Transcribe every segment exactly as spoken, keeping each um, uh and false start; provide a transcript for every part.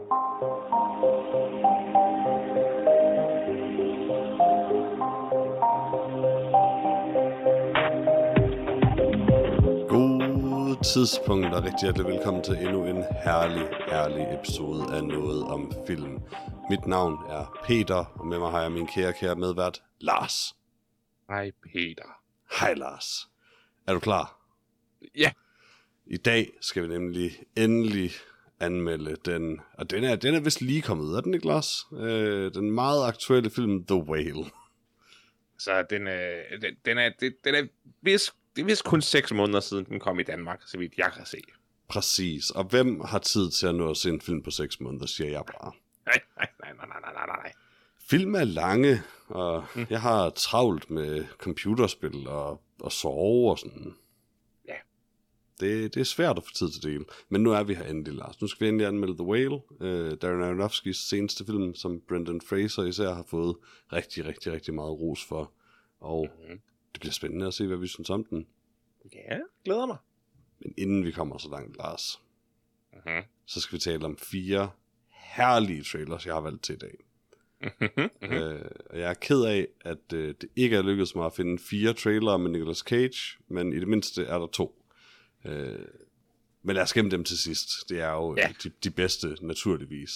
God tidspunkt og rigtig hjertelig velkommen til endnu en herlig, herlig episode af Noget om Film. Mit navn er Peter, og med mig har jeg min kære, kære medvært, Lars. Hej Peter. Hej Lars. Er du klar? Ja. I dag skal vi nemlig endelig anmelde den, og den er, den er vist lige kommet ud, er den ikke, Lars? Øh, den meget aktuelle film The Whale. Så den, øh, den, den er, den, den er vist, det er vist kun seks måneder siden, den kom i Danmark, så vidt jeg kan se. Præcis, og hvem har tid til at nå at se en film på seks måneder, siger jeg bare. Nej, nej, nej, nej, nej, nej, nej. Film er lange, og mm. jeg har travlt med computerspil og, og sove og sådan. Ja. Det, det er svært at få tid til det hele. Men nu er vi her endelig, Lars. Nu skal vi endelig anmelde The Whale, uh, Darren Aronofskys seneste film, som Brendan Fraser især har fået rigtig, rigtig, rigtig meget ros for. Og mm-hmm. det bliver spændende at se, hvad vi synes om den. Ja, glæder mig. Men inden vi kommer så langt, Lars, mm-hmm. så skal vi tale om fire herlige trailers, jeg har valgt til i dag. Mm-hmm. Øh, og jeg er ked af, at øh, det ikke er lykkedes mig at finde fire trailere med Nicolas Cage, men i det mindste er der to. Øh, men lad os gemme dem til sidst. Det er jo ja. de, de bedste, naturligvis.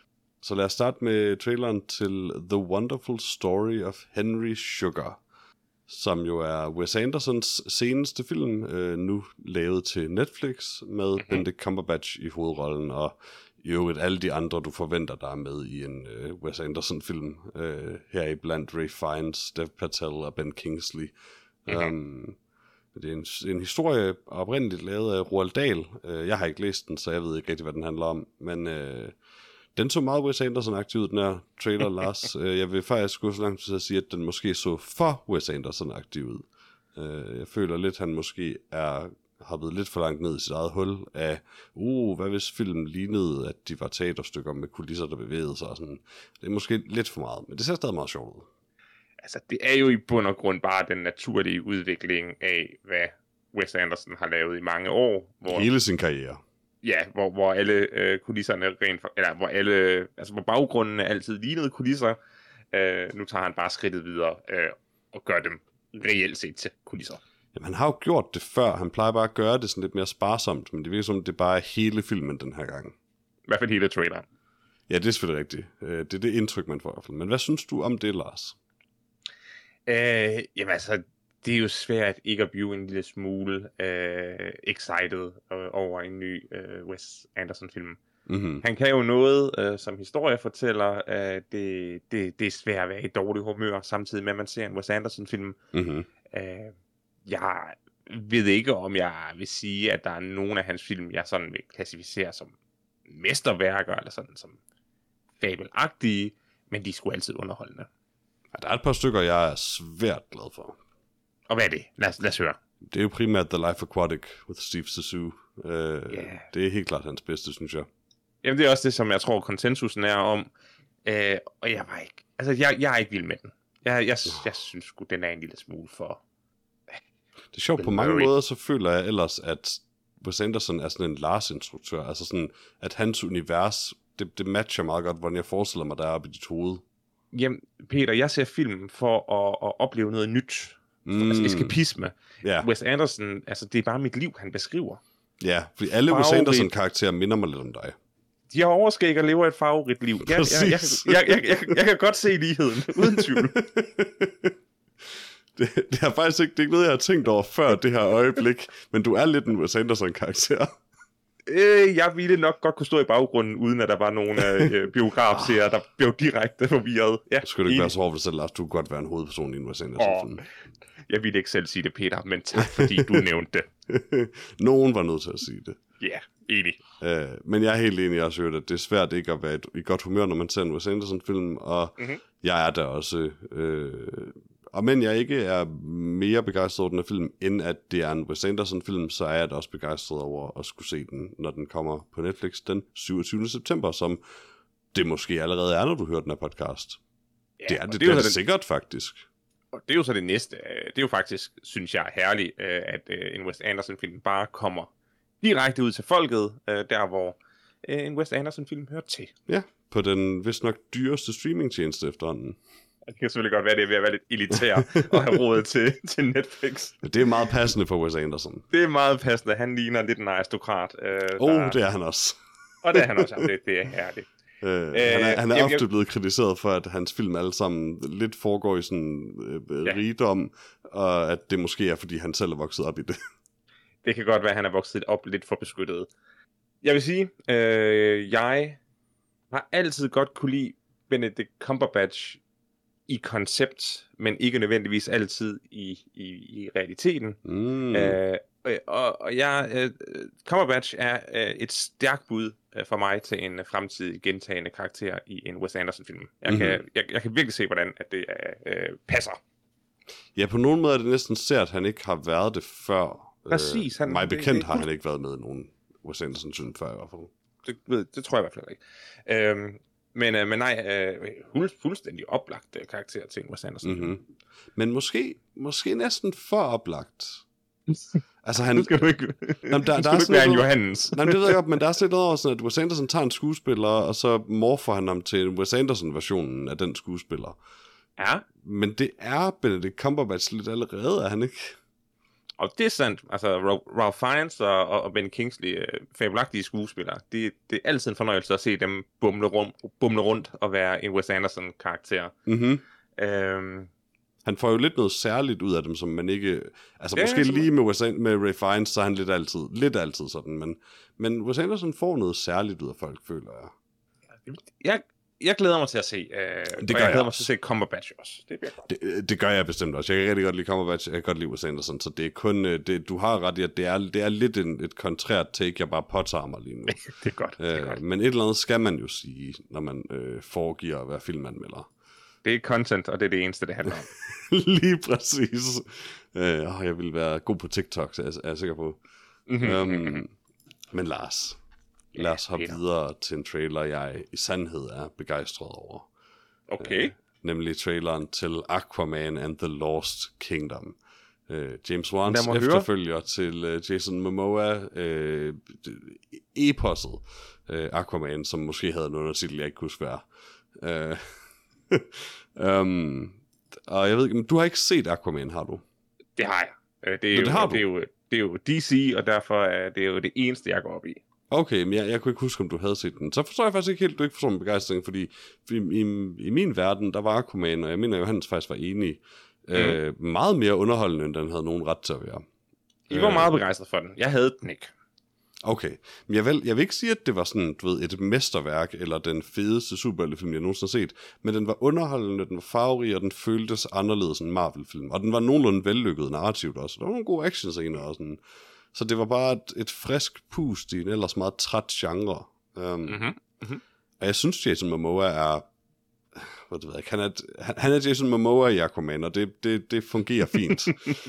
Så lad os starte med traileren til The Wonderful Story of Henry Sugar, som jo er Wes Andersons seneste film, øh, nu lavet til Netflix, med mm-hmm. Benedict Cumberbatch i hovedrollen, og i øvrigt alle de andre, du forventer, der er med i en øh, Wes Anderson-film. Øh, heriblandt Ray Fiennes, Dev Patel og Ben Kingsley. Mm-hmm. Um, det er en, en historie oprindeligt lavet af Roald Dahl. Uh, jeg har ikke læst den, så jeg ved ikke rigtig, hvad den handler om. Men uh, den så meget Wes Anderson-aktiv ud, den her trailer, Lars. Uh, jeg vil faktisk gå så langt til at sige, at den måske så for Wes Anderson-aktiv ud. Uh, jeg føler lidt, at han måske er... har været lidt for langt ned i sit eget hul af, uh, hvad hvis filmen lignede, at de var teaterstykker med kulisser, der bevægede sig og sådan. Det er måske lidt for meget, men det ser stadig meget sjovt ud. Altså, det er jo i bund og grund bare den naturlige udvikling af, hvad Wes Anderson har lavet i mange år. Hvor, hele sin karriere. Ja, hvor, hvor alle øh, kulisserne rent for, eller hvor alle, altså hvor baggrunden altid lignede kulisser. Øh, nu tager han bare skridtet videre øh, og gør dem reelt set til kulisser. Jamen, han har jo gjort det før. Han plejer bare at gøre det sådan lidt mere sparsomt, men det virker som, det bare er hele filmen den her gang. I hvert fald hele traileren. Ja, det er selvfølgelig rigtigt. Det er det indtryk, man får i hvert fald. Men hvad synes du om det, Lars? Øh, jamen altså, det er jo svært ikke at blive en lille smule øh, excited over en ny øh, Wes Anderson-film. Mm-hmm. Han kan jo noget øh, som historiefortæller. Øh, det, det, det er svært at være i dårlig humør, samtidig med, at man ser en Wes Anderson-film. Mm-hmm. Øh, Jeg ved ikke, om jeg vil sige, at der er nogle af hans film, jeg sådan vil klassificere som mesterværker, eller sådan som fabelagtige, men de er sgu altid underholdende. Ja, der er et par stykker, jeg er svært glad for. Og hvad er det? Lad os, lad os høre. Det er jo primært The Life Aquatic with Steve Zissou. Uh, yeah. Det er helt klart hans bedste, synes jeg. Jamen, det er også det, som jeg tror, konsensusen er om. Uh, og jeg var ikke... Altså, jeg, jeg er ikke vild med den. Jeg, jeg, jeg, jeg synes sgu, den er en lille smule for... Det er sjovt, på mange måder, så føler jeg ellers, at Wes Anderson er sådan en Lars-instruktør. Altså sådan, at hans univers, det, det matcher meget godt, hvordan jeg forestiller mig, der er oppe i dit hoved. Jamen, Peter, jeg ser film for at, at opleve noget nyt. Mm. Altså eskapisme. Yeah. Wes Anderson, altså det er bare mit liv, han beskriver. Ja, fordi alle farverigt. Wes Anderson-karakterer minder mig lidt om dig. De har overskæg og lever et farverigt liv. Jeg, jeg, jeg, jeg, jeg, jeg, jeg, jeg kan godt se ligheden, uden tvivl. Det, det er faktisk ikke, det er ikke noget, jeg har tænkt over før det her øjeblik, men du er lidt en Wes Anderson-karakter. Øh, jeg ville nok godt kunne stå i baggrunden, uden at der var nogen øh, biografseere, der blev direkte forvirret. Ja, det skulle du ikke være så hårdt for dig selv, Lars. Du kunne godt være en hovedperson i en Wes Anderson. Oh, jeg ville ikke selv sige det, Peter, men tak, fordi du nævnte det. Nogen var nødt til at sige det. Ja, yeah, enig. Øh, men jeg er helt enig, jeg har hørt, at det er svært ikke at være et, i godt humør, når man ser en Wes Anderson-film, og mm-hmm. jeg er der også... Øh, Og men jeg ikke er mere begejstret over den her film, end at det er en Wes Anderson-film, så er jeg da også begejstret over at skulle se den, når den kommer på Netflix den syvogtyvende september, som det måske allerede er, når du hører den her podcast. Ja, det er det, det, er det den... sikkert faktisk. Og det er jo så det næste. Det er jo faktisk, synes jeg, herligt, at en Wes Anderson-film bare kommer direkte ud til folket, der hvor øh, en Wes Anderson-film hører til. Ja, på den vist nok dyreste streamingtjeneste efterhånden. Det kan selvfølgelig godt være, det er ved at være lidt elitær at have rådet til, til Netflix. Det er meget passende for Wes Anderson. Det er meget passende. Han ligner lidt en aristokrat. Åh, øh, oh, der... det er han også. Og det er han også. Det, det er herligt. Øh, øh, han er, han er jeg, ofte jeg... blevet kritiseret for, at hans film alle sammen lidt foregår i sådan øh, ja. rigdom, og at det måske er, fordi han selv er vokset op i det. Det kan godt være, at han er vokset op lidt for beskyttet. Jeg vil sige, øh, jeg har altid godt kunne lide Benedict Cumberbatch i koncept, men ikke nødvendigvis altid i, i, i realiteten. Mm. Øh, og, og jeg, øh, Cumberbatch er øh, et stærkt bud øh, for mig til en fremtidig gentagende karakter i en Wes Anderson-film. Jeg, mm-hmm. kan, jeg, jeg kan virkelig se, hvordan at det øh, passer. Ja, på nogen måde er det næsten sært, at han ikke har været det før. Præcis. Han, øh, mig bekendt det, det, har han ikke været med i nogen Wes Anderson-film før i hvert fald. Det, det tror jeg i hvert fald ikke. Øhm, Men, øh, men nej, øh, fuld, fuldstændig oplagt øh, karakter til en Wes Anderson. Mm-hmm. Men måske, måske næsten for oplagt. Altså han... Nu skal du ikke, jamen, der, nu der er ikke være en noget, Johannes. Nej, det ved jeg godt, men der er sådan noget over sådan, at Wes Anderson tager en skuespiller, og så morfer han ham til en Wes Anderson-versionen af den skuespiller. Ja. Men det er Benedict Cumberbatch lidt allerede, er han ikke? Og det er sandt. Altså, Ralph Fiennes og, og Ben Kingsley, øh, fabelagtige skuespillere, det, det er altid en fornøjelse at se dem bumle, rum, bumle rundt og være en Wes Anderson-karakter. Mhm. Øhm, Han får jo lidt noget særligt ud af dem, som man ikke... Altså ja, måske lige med, Wes, med Ray Fiennes, så er han lidt altid, lidt altid sådan, men, men Wes Anderson får noget særligt ud af folk, føler jeg. Jeg, jeg glæder mig til at se, øh, det og gør jeg glæder jeg mig til at se Cumberbatch også. Det, det, det gør jeg bestemt også. Jeg kan rigtig godt lide Cumberbatch, jeg kan godt lide Wes Anderson, så det er kun... Det, du har ret i, at det er, det er lidt en, et kontrært take, jeg bare påtager mig lige nu. det er godt, det er øh, godt. Men et eller andet skal man jo sige, når man øh, foregiver at være filmanmelder. Det er content, og det er det eneste, det handler om. Lige præcis. Øh, jeg vil være god på TikTok, så jeg, er jeg sikker på. Mm-hmm. Um, men Lars, ja, lad os hoppe videre til en trailer, jeg i sandhed er begejstret over. Okay. Øh, nemlig traileren til Aquaman and the Lost Kingdom. Øh, James Wans efterfølger høre. til øh, Jason Momoa, øh, eposset øh, Aquaman, som måske havde en undertitel, jeg ikke kunne huske hvad. Øh, um, og jeg ved ikke, men du har ikke set Aquaman, har du? Det har jeg. Det er, jo, det, har det, er jo, det er jo D C, og derfor er det jo det eneste, jeg går op i. Okay, men jeg, jeg kunne ikke huske, om du havde set den. Så forstår jeg faktisk ikke helt, du ikke forstår min begejstring, fordi, fordi i, i min verden, der var Aquaman, og jeg mener, Johannes faktisk var enig, mm. øh, meget mere underholdende, end den havde nogen ret til at være. I var øh, meget begejstret for den. Jeg havde den ikke. Okay, men jeg vil, jeg vil ikke sige, at det var sådan, du ved, et mesterværk, eller den fedeste superheltefilm, jeg nogensinde har set, men den var underholdende, den var farverig, og den føltes anderledes end Marvel-film, og den var nogenlunde vellykket narrativt også. Der var nogle gode actionscener og sådan. Så det var bare et, et frisk pust i en ellers meget træt genre. Um, mm-hmm. Mm-hmm. Og jeg synes, Jason Momoa er... Hvad det ved jeg, han er, han er Jason Momoa i Aquaman, og det, det, det fungerer fint.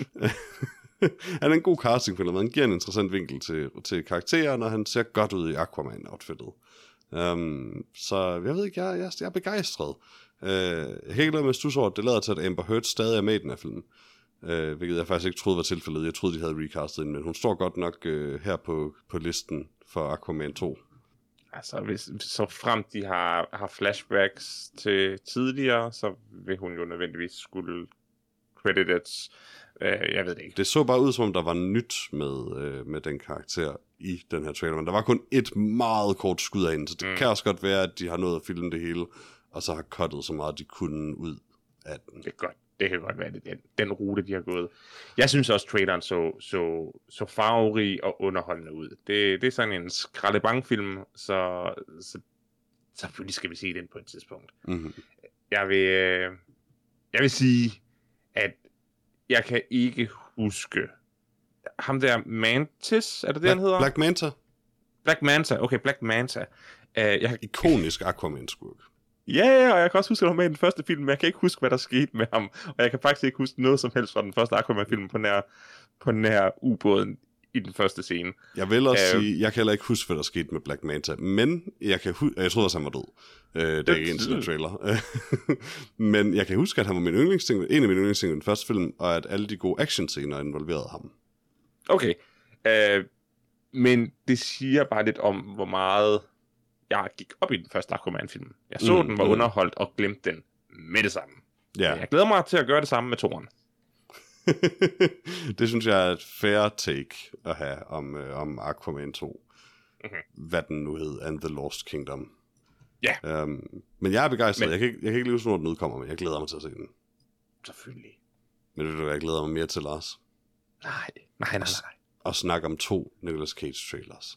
Han er en god casting for han giver en interessant vinkel til, til karakteren, og han ser godt ud i Aquaman-outfittet. Um, så jeg ved ikke, jeg, jeg, jeg er begejstret. Uh, jeg kan ikke lade med stus over, at det lader til, at Amber Heard stadig er med i den her film. Uh, hvilket jeg faktisk ikke troede var tilfældet. Jeg troede, de havde recastet hende, men hun står godt nok uh, her på, på listen for Aquaman to. Altså, hvis, så frem de har, har flashbacks til tidligere, så vil hun jo nødvendigvis skulle credited. Uh, jeg ved det ikke. Det så bare ud, som om der var nyt med, uh, med den karakter i den her trailer, men der var kun et meget kort skud af hende, så det mm. kan også godt være, at de har nået at filme det hele, og så har cuttet så meget, de kunne ud af den. Det er godt. Det kan godt være, det den, den rute, de har gået. Jeg synes også, traileren så, så, så farverig og underholdende ud. Det, det er sådan en skraldebangfilm, så, så selvfølgelig skal vi se den på et tidspunkt. Mm-hmm. Jeg vil, jeg vil sige, at jeg kan ikke huske ham der Mantis, er det det, Black, han hedder? Black Manta. Black Manta, okay, Black Manta. Uh, jeg... Ikonisk Aquaman-skurk. Ja, yeah, og jeg kan også huske, at han var med i den første film, men jeg kan ikke huske, hvad der skete med ham. Og jeg kan faktisk ikke huske noget som helst fra den første Aquaman-film på nær, på nær ubåden i den første scene. Jeg vil også uh, sige, jeg kan heller ikke huske, hvad der skete med Black Manta, men jeg kan hu- jeg troede også, han var død. Uh, det er ikke en sådan trailer. Men jeg kan huske, at han var min yndlingsting, en af mine yndlingsting i den første film, og at alle de gode actionscener involverede ham. Okay. Uh, men det siger bare lidt om, hvor meget jeg gik op i den første Aquaman-film. Jeg så mm, den, var mm. underholdt og glemte den med det samme. Yeah. Jeg glæder mig til at gøre det samme med toren. Det synes jeg er et fair take at have om, øh, om Aquaman to. Mm-hmm. Hvad den nu hed, And the Lost Kingdom. Ja. Yeah. Um, men jeg er begejstret. Men... Jeg, kan ikke, jeg kan ikke lige huske, når den udkommer, men jeg glæder mig til at se den. Selvfølgelig. Men ved du, jeg glæder mig mere til, Lars? Nej, nej, nej, nej. Og snakke om to Nicolas Cage trailers.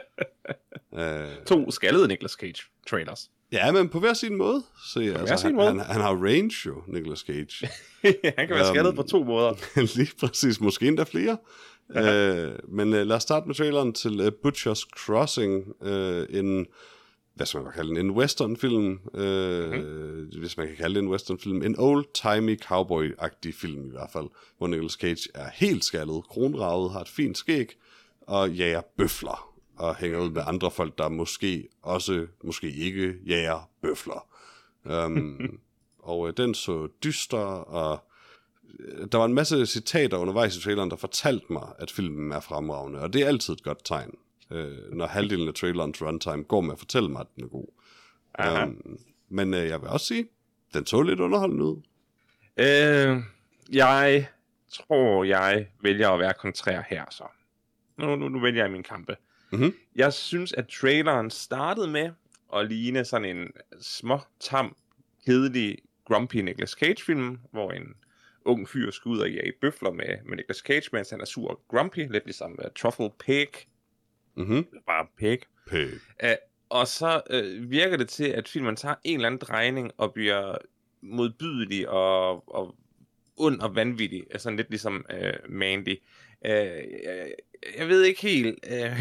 uh, to skaldede Nicolas Cage trailers. Ja, men på hver sin måde. Så, på altså, hver sin han, måde. Han, han har range jo, Nicolas Cage. Han kan være skaldet um, på to måder. Lige præcis, måske endda flere. uh, men uh, lad os starte med traileren til uh, Butcher's Crossing. Uh, en, hvad skal man kalde den? En westernfilm. Uh, mm-hmm. Hvis man kan kalde det en westernfilm. En old-timey cowboy-agtig film i hvert fald. Hvor Nicolas Cage er helt skaldet, kronravet, har et fint skæg og jager bøfler. Og hænger ud med andre folk, der måske også, måske ikke jager bøfler. Um, og øh, den så dyster, og øh, der var en masse citater undervejs i traileren, der fortalte mig, at filmen er fremragende. Og det er altid et godt tegn, øh, når halvdelen af trailerens runtime går med at fortælle mig, at den er god. Um, men øh, jeg vil også sige, den så lidt underholdende ud. Øh, jeg tror, jeg vælger at være kontrær her, så. Nu, nu, nu vælger jeg min kampe. Mm-hmm. Jeg synes, at traileren startede med at ligne sådan en små, tam, kedelig, grumpy Nicolas Cage-film, hvor en ung fyr skal ud og jage bøfler med, med Nicolas Cage, mens han er sur og grumpy, lidt ligesom uh, Truffle Pig. Mm-hmm. Bare Pig. Pig. Uh, og så uh, virker det til, at filmen tager en eller anden drejning og bliver modbydelig og, og ond og vanvittig. Sådan lidt ligesom uh, Mandy. Uh, jeg, jeg ved ikke helt... Uh,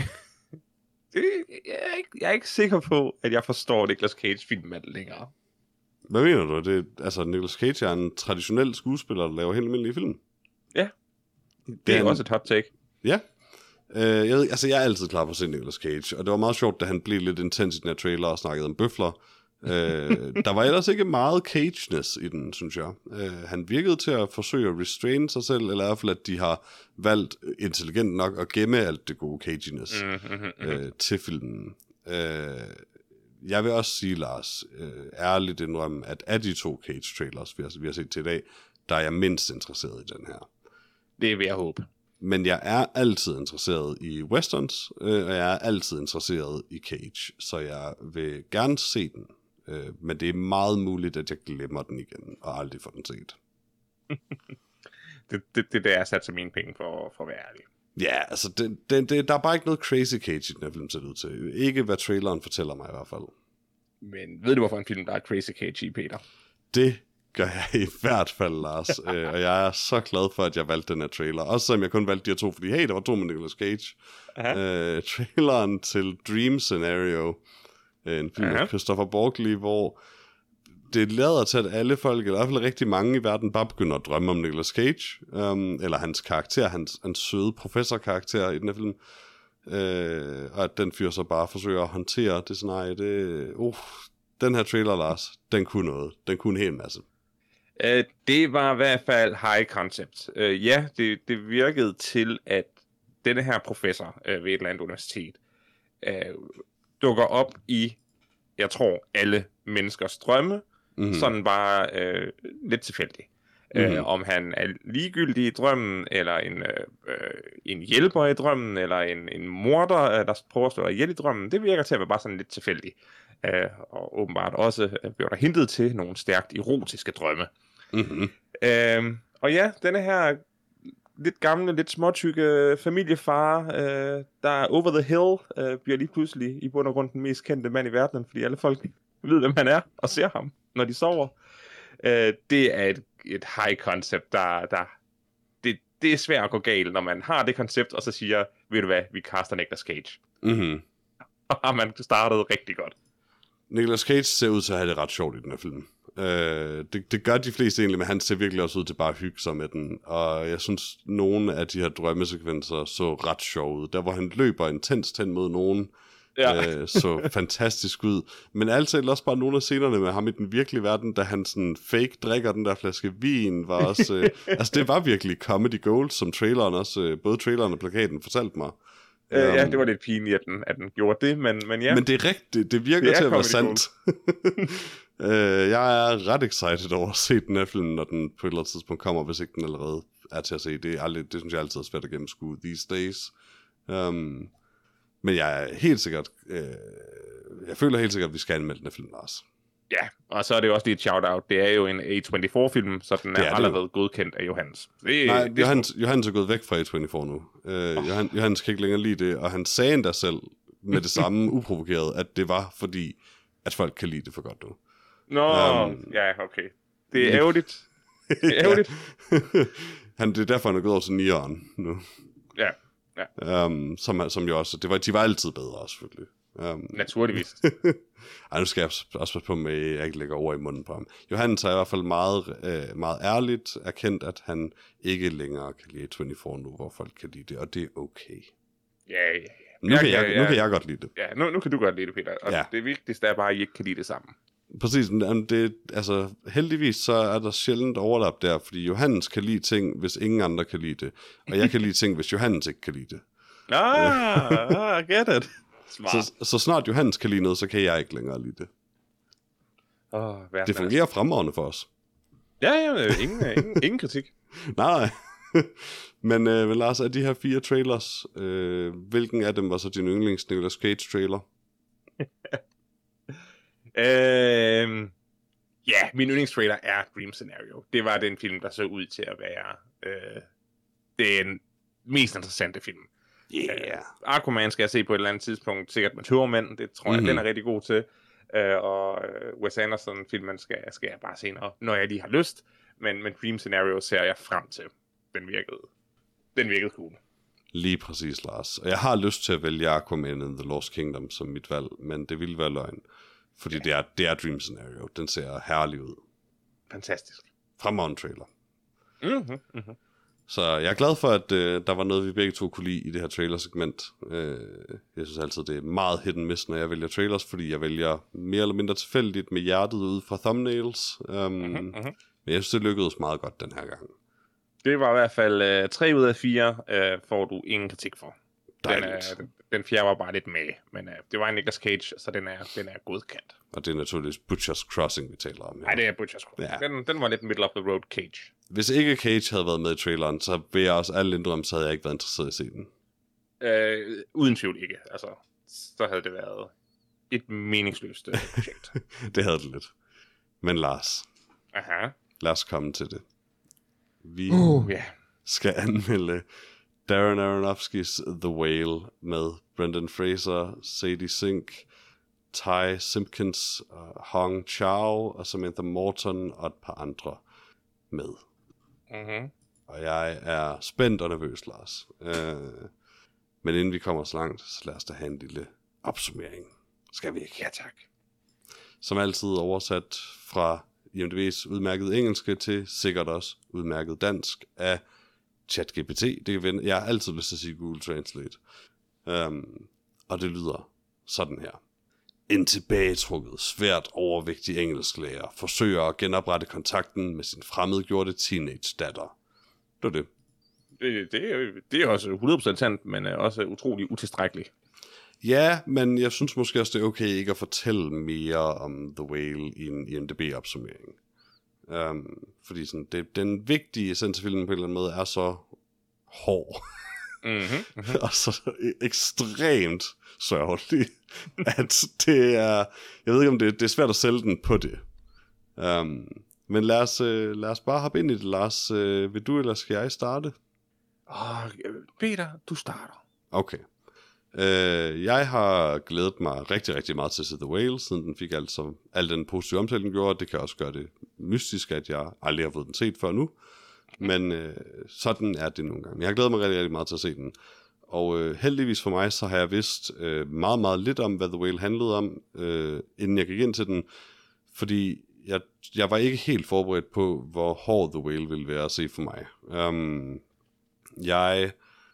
Jeg er, ikke, jeg er ikke sikker på, at jeg forstår Nicolas Cage-filmen længere. Hvad mener du? Det, altså, Nicolas Cage er en traditionel skuespiller, der laver helt almindelige film. Ja, det, det er en... også et hot take. Ja. Uh, jeg, ved, altså, jeg er altid klar på at se Nicolas Cage, og det var meget sjovt, da han blev lidt intens i den her trailer og snakkede om bøfler. uh, der var ellers ikke meget cageness i den, synes jeg. Uh, han virkede til at forsøge at restrain sig selv, eller i hvert fald, at de har valgt intelligent nok at gemme alt det gode caginess mm-hmm. uh, til filmen. Uh, jeg vil også sige, Lars, uh, ærligt indrømme, at af de to Cage-trailers, vi har, vi har set til i dag, der er jeg mindst interesseret i den her. Det vil jeg håbe. Men jeg er altid interesseret i westerns, øh, og jeg er altid interesseret i Cage, så jeg vil gerne se den. Øh, men det er meget muligt, at jeg glemmer den igen, og aldrig får den set. det, det, det der er sat til mine penge, for, for at være ærlig. Ja, altså, det, det, det, der er bare ikke noget crazy Cage i den her film, ser det ud til. Ikke hvad traileren fortæller mig i hvert fald. Men ved du, hvorfor en film, der er crazy Cage i, Peter? Det gør jeg i hvert fald, Lars. øh, og jeg er så glad for, at jeg valgte den her trailer. Også selvom jeg kun valgte de her to, fordi hey, der var to med Nicolas Cage. Øh, traileren til Dream Scenario, en film af Christopher Borgley, hvor det lader til, at alle folk, eller i hvert fald rigtig mange i verden, bare begynder at drømme om Nicolas Cage, um, eller hans karakter, hans, hans søde professorkarakter i den her film, uh, og at den fyr så bare forsøger at håndtere det scenarie. Det, uh, den her trailer, Lars, den kunne noget. Den kunne en hel masse. Uh, det var i hvert fald high concept. Uh, ja, det, det virkede til, at denne her professor uh, ved et eller andet universitet uh, dukker op i, jeg tror, alle menneskers drømme, mm-hmm. sådan bare øh, lidt tilfældig. Mm-hmm. Øh, om han er ligegyldig i drømmen, eller en, øh, en hjælper i drømmen, eller en, en morder, øh, der prøver at slå ihjel i drømmen, det virker til at være bare sådan lidt tilfældig. Øh, og åbenbart også øh, bliver der hintet til nogle stærkt erotiske drømme. Mm-hmm. Øh, og ja, denne her lidt gamle, lidt småtykke familiefar, øh, der er over the hill, øh, bliver lige pludselig i bund og grund den mest kendte mand i verden, fordi alle folk ved, hvem han er, og ser ham, når de sover. Øh, det er et, et high concept, der, der det, det er svært at gå galt, når man har det koncept, og så siger, ved du hvad, vi caster Nicolas Cage. Mm-hmm. Og har man startet rigtig godt. Nicolas Cage ser ud til at have det ret sjovt i den her film. Øh, det, det gør de fleste egentlig, men han ser virkelig også ud til bare at hygge sig med den. Og jeg synes, nogle af de her drømmesekvenser så ret sjove ud. Der hvor han løber intenst hen mod nogen, ja. øh, så fantastisk ud. Men altid også bare nogle af scenerne med ham i den virkelige verden, da han sådan fake drikker den der flaske vin, var også... Øh, altså det var virkelig comedy gold, som traileren også, øh, både traileren og plakaten fortalte mig. Uh, um, ja, det var lidt pinligt, at den, at den gjorde det, men, men ja. Men det er rigtigt, det virker det til at være sandt. uh, jeg er ret excited over at se den her film, når den på et eller andet tidspunkt kommer, hvis ikke den allerede er til at se. Det, er aldrig, det synes jeg altid er svært at gennemskue these days. Um, men jeg er helt sikkert, uh, jeg føler helt sikkert, at vi skal anmelde den her film, Lars. Ja, og så er det også lige et shout-out. Det er jo en A toogtyve-film, så den er, er allerede godkendt af Johannes. Det, Nej, det Johannes, Johannes er gået væk fra A toogtyve nu. Uh, oh. Johannes, Johannes kan ikke længere lide det, og han sagde endda selv med det samme uprovokeret, at det var fordi, at folk kan lide det for godt nu. Nå, um, ja, okay. Det er ærgerligt. Det er ærgerligt. han, det er derfor, han er gået over til nieren nu. Ja, ja. Um, som, som jo også, det var, de var altid bedre, selvfølgelig. Um, Naturligvis. Ej, nu skal jeg også passe på med, at jeg ikke lægger over i munden på ham. Johannes har i hvert fald meget, øh, meget ærligt erkendt, at han ikke længere kan lide A toogtyve nu, hvor folk kan lide det, og det er okay. Ja, ja, ja. Nu, kan jeg, jeg, nu kan jeg godt lide det. Ja, nu, nu kan du godt lide det, Peter. Og ja. Det vigtigste er bare, at I ikke kan lide det sammen. Præcis, det, altså heldigvis så er der sjældent overlap der, fordi Johannes kan lide ting, hvis ingen andre kan lide det, og jeg kan lide ting, hvis Johannes ikke kan lide det. Ah, I get it. Så, så snart Johannes kan lide noget, så kan jeg ikke længere lide det. Oh, det fungerer fremragende for os. Ja, ja, ingen, ingen, ingen kritik. Nej, men, øh, men Lars, af de her fire trailers, øh, hvilken af dem var så din yndlings Nicolas Cage trailer? øhm, ja, min yndlingstrailer er Dream Scenario. Det var den film, der så ud til at være øh, den mest interessante film. Yeah. Uh, Aquaman skal jeg se på et eller andet tidspunkt, sikkert med Tøvermænd, det tror jeg, mm-hmm. den er rigtig god til. Uh, og uh, Wes Anderson-filmen skal, skal jeg bare se, når, når jeg lige har lyst. Men, men Dream Scenario ser jeg frem til. Den virkede, den virkede cool. Lige præcis, Lars. Og jeg har lyst til at vælge Aquaman and the Lost Kingdom som mit valg, men det ville være løgn. Fordi ja. det, er, det er Dream Scenario. Den ser herlig ud. Fantastisk. Fremragende trailer. Mm-hmm, mm-hmm. Så jeg er glad for, at øh, der var noget, vi begge to kunne lide i det her trailersegment. Øh, jeg synes altid, det er meget hit and miss, når jeg vælger trailers, fordi jeg vælger mere eller mindre tilfældigt med hjertet ud fra thumbnails. Um, mm-hmm, mm-hmm. Men jeg synes, det lykkedes meget godt den her gang. Det var i hvert fald øh, tre ud af fire, øh, får du ingen kritik for. Den, øh, den, den fjerde var bare lidt med, men øh, det var en Nicolas Cage, så den er, den er godkendt. Og det er naturligvis Butcher's Crossing, vi taler om her. Nej, det er Butcher's Crossing. Ja. Den, den var lidt middle of the road Cage. Hvis ikke Cage havde været med i traileren, så vil jeg også alle indrømme, så havde jeg ikke været interesseret i at se den. Øh, uden tvivl ikke. Altså, så havde det været et meningsløst øh, projekt. Det havde det lidt. Men Lars, Aha. lad os komme til det. Vi uh, yeah. skal anmelde Darren Aronofskys The Whale med Brendan Fraser, Sadie Sink, Ty Simpkins, uh, Hong Chau og Samantha Morton og et par andre med. Mm-hmm. Og jeg er spændt og nervøs, Lars. Uh, men inden vi kommer så langt, så lad os da have en lille opsummering. Skal vi ikke? Ja, tak. Som altid oversat fra I M D B's udmærket engelske til sikkert også udmærket dansk af ChatGPT. Det kan vende. Jeg har altid lyst til at sige Google Translate. Um, og det lyder sådan her. En tilbagetrukket, svært overvægtig engelsklærer forsøger at genoprette kontakten med sin fremmedgjorte teenage-datter. Det er det. Det, det, er, det er også hundrede procent sandt, men også utrolig utilstrækkeligt. Ja, men jeg synes måske også, det er okay ikke at fortælle mere om The Whale i en I M D B-opsummering. Um, fordi sådan, det, den vigtige essens af filmen på en eller anden måde er så hård. Mm-hmm, mm-hmm. Og så ekstremt sørgelig, at det er, jeg ved ikke om det, det er svært at sælge den på det. Um, men lad os, uh, lad os bare hoppe ind i det, Lars. Uh, vil du eller skal jeg starte? Åh, oh, Peter, du starter. Okay. Uh, jeg har glædet mig rigtig, rigtig meget til at se The Whale, siden den fik altså al den positive omtale, den gjorde. Det kan også gøre det mystisk, at jeg aldrig har fået den set før nu. Men øh, sådan er det nogle gange. Jeg har glædet mig rigtig, rigtig meget til at se den. Og øh, heldigvis for mig, så har jeg vidst øh, meget, meget lidt om, hvad The Whale handlede om, øh, inden jeg gik ind til den. Fordi jeg, jeg var ikke helt forberedt på, hvor hård The Whale ville være at se for mig. Um, jeg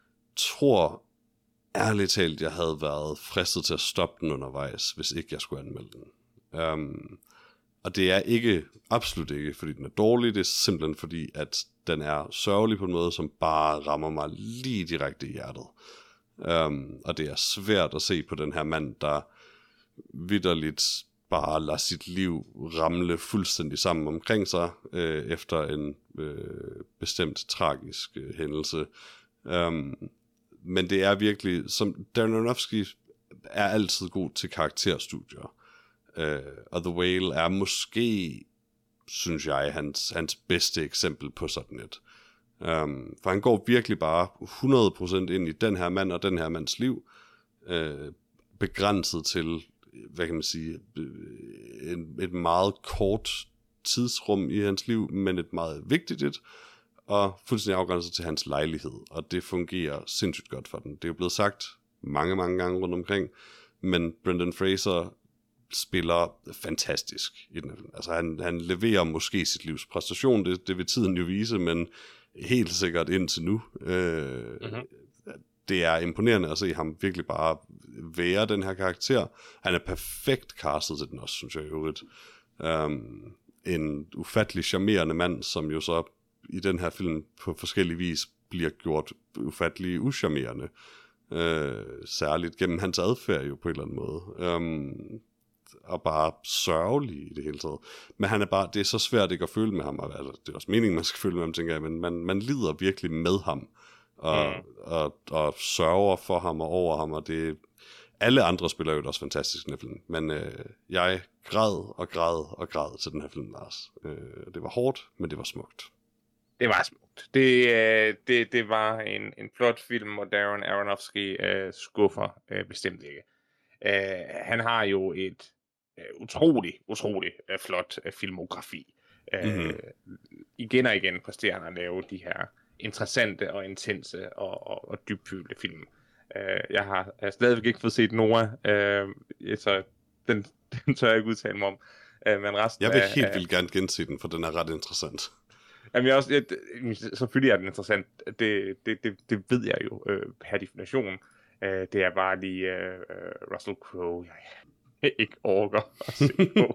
tror ærligt talt, jeg havde været fristet til at stoppe den undervejs, hvis ikke jeg skulle anmelde den. Um, og det er ikke, absolut ikke, fordi den er dårlig, det er simpelthen fordi, at den er sørgelig på en måde, som bare rammer mig lige direkte i hjertet. Um, og det er svært at se på den her mand, der vitterligt bare lader sit liv ramle fuldstændig sammen omkring sig, øh, efter en øh, bestemt tragisk øh, hændelse. Um, men det er virkelig, som Darren Aronofsky er altid god til karakterstudier. Uh, og The Whale er måske, synes jeg, hans, hans bedste eksempel på sådan et. Um, for han går virkelig bare hundrede procent ind i den her mand og den her mands liv, uh, begrænset til, hvad kan man sige, en, et meget kort tidsrum i hans liv, men et meget vigtigt et, og fuldstændig afgrænset til hans lejlighed, og det fungerer sindssygt godt for den. Det er jo blevet sagt mange, mange gange rundt omkring, men Brendan Fraser spiller fantastisk i den. Altså han, han leverer måske sit livs præstation, det, det vil tiden jo vise, men helt sikkert indtil nu. Øh, mm-hmm. Det er imponerende at se ham virkelig bare være den her karakter. Han er perfekt castet til den også, synes jeg i øvrigt. Um, en ufattelig charmerende mand, som jo så i den her film på forskellige vis bliver gjort ufattelig uscharmerende. Uh, særligt gennem hans adfærd jo på en eller anden måde. Um, og bare sørgelig i det hele taget. Men han er bare, det er så svært ikke at føle med ham. Altså, det er også meningen, man skal føle med ham, tænker jeg, men man, man lider virkelig med ham. Og, mm. og, og sørger for ham og over ham, og det alle andre spiller jo også fantastisk i den her film, men øh, jeg græd og græd og græd til den her film, Lars. Øh, det var hårdt, men det var smukt. Det var smukt. Det, øh, det, det var en, en flot film, og Darren Aronofsky øh, skuffer øh, bestemt ikke. Øh, han har jo et øh, utrolig, utrolig øh, flot øh, filmografi. Øh, mm-hmm. Igen og igen præsterer han at lave de her interessante og intense og, og, og dybfølte film. Uh, jeg har jeg har stadigvæk ikke fået set Noah, uh, så den, den tør jeg ikke udtale mig om. Uh, men resten jeg vil af, helt vildt gerne gense den, for den er ret interessant. Jamen jeg også, jeg, selvfølgelig er den interessant, det, det, det, det ved jeg jo uh, per definition. Uh, det er bare lige uh, Russell Crowe, jeg ikke orker at se på.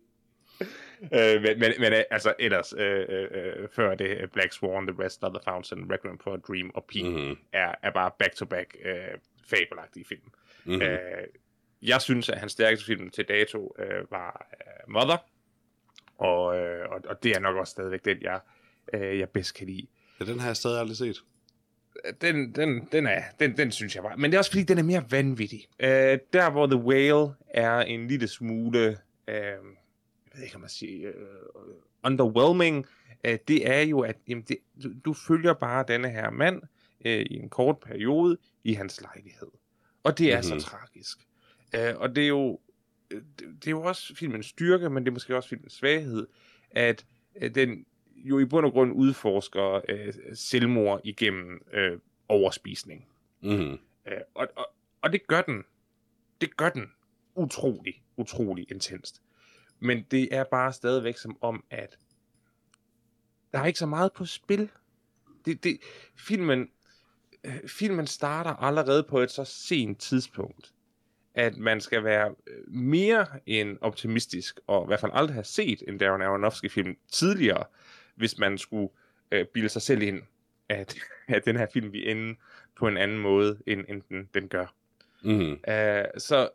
Uh, men, men, men altså ellers uh, uh, uh, før det Black Swan, The Rest of the Fountain, Requiem for a Dream og Peak mm-hmm. er, er bare back-to-back uh, fabelagtige film. Mm-hmm. uh, jeg synes at hans stærkeste film til dato uh, var uh, Mother, og, uh, og, og det er nok også stadigvæk den jeg, uh, jeg bedst kan lide. Ja, den har jeg stadig aldrig set. Den, den, den, er, den, den synes jeg bare, men det er også fordi den er mere vanvittig. uh, der hvor The Whale er en lille smule uh, jeg ved ikke, om man siger, uh, underwhelming, uh, det er jo, at jamen, det, du, du følger bare denne her mand uh, i en kort periode i hans lejlighed. Og det er mm-hmm. så tragisk. Uh, og det er jo det, det er jo også filmens styrke, men det er måske også filmens svaghed, at uh, den jo i bund og grund udforsker uh, selvmord igennem uh, overspisning. Mm-hmm. Uh, og, og, og det gør den. Det gør den utrolig, utrolig intenst. Men det er bare stadigvæk som om, at der er ikke så meget på spil. Det, det, filmen, øh, filmen starter allerede på et så sent tidspunkt, at man skal være mere end optimistisk, og i hvert fald aldrig have set en Darren Aronofsky-film tidligere, hvis man skulle øh, bilde sig selv ind, at, at den her film vil ende på en anden måde, end, end den, den gør. Mm. Uh, så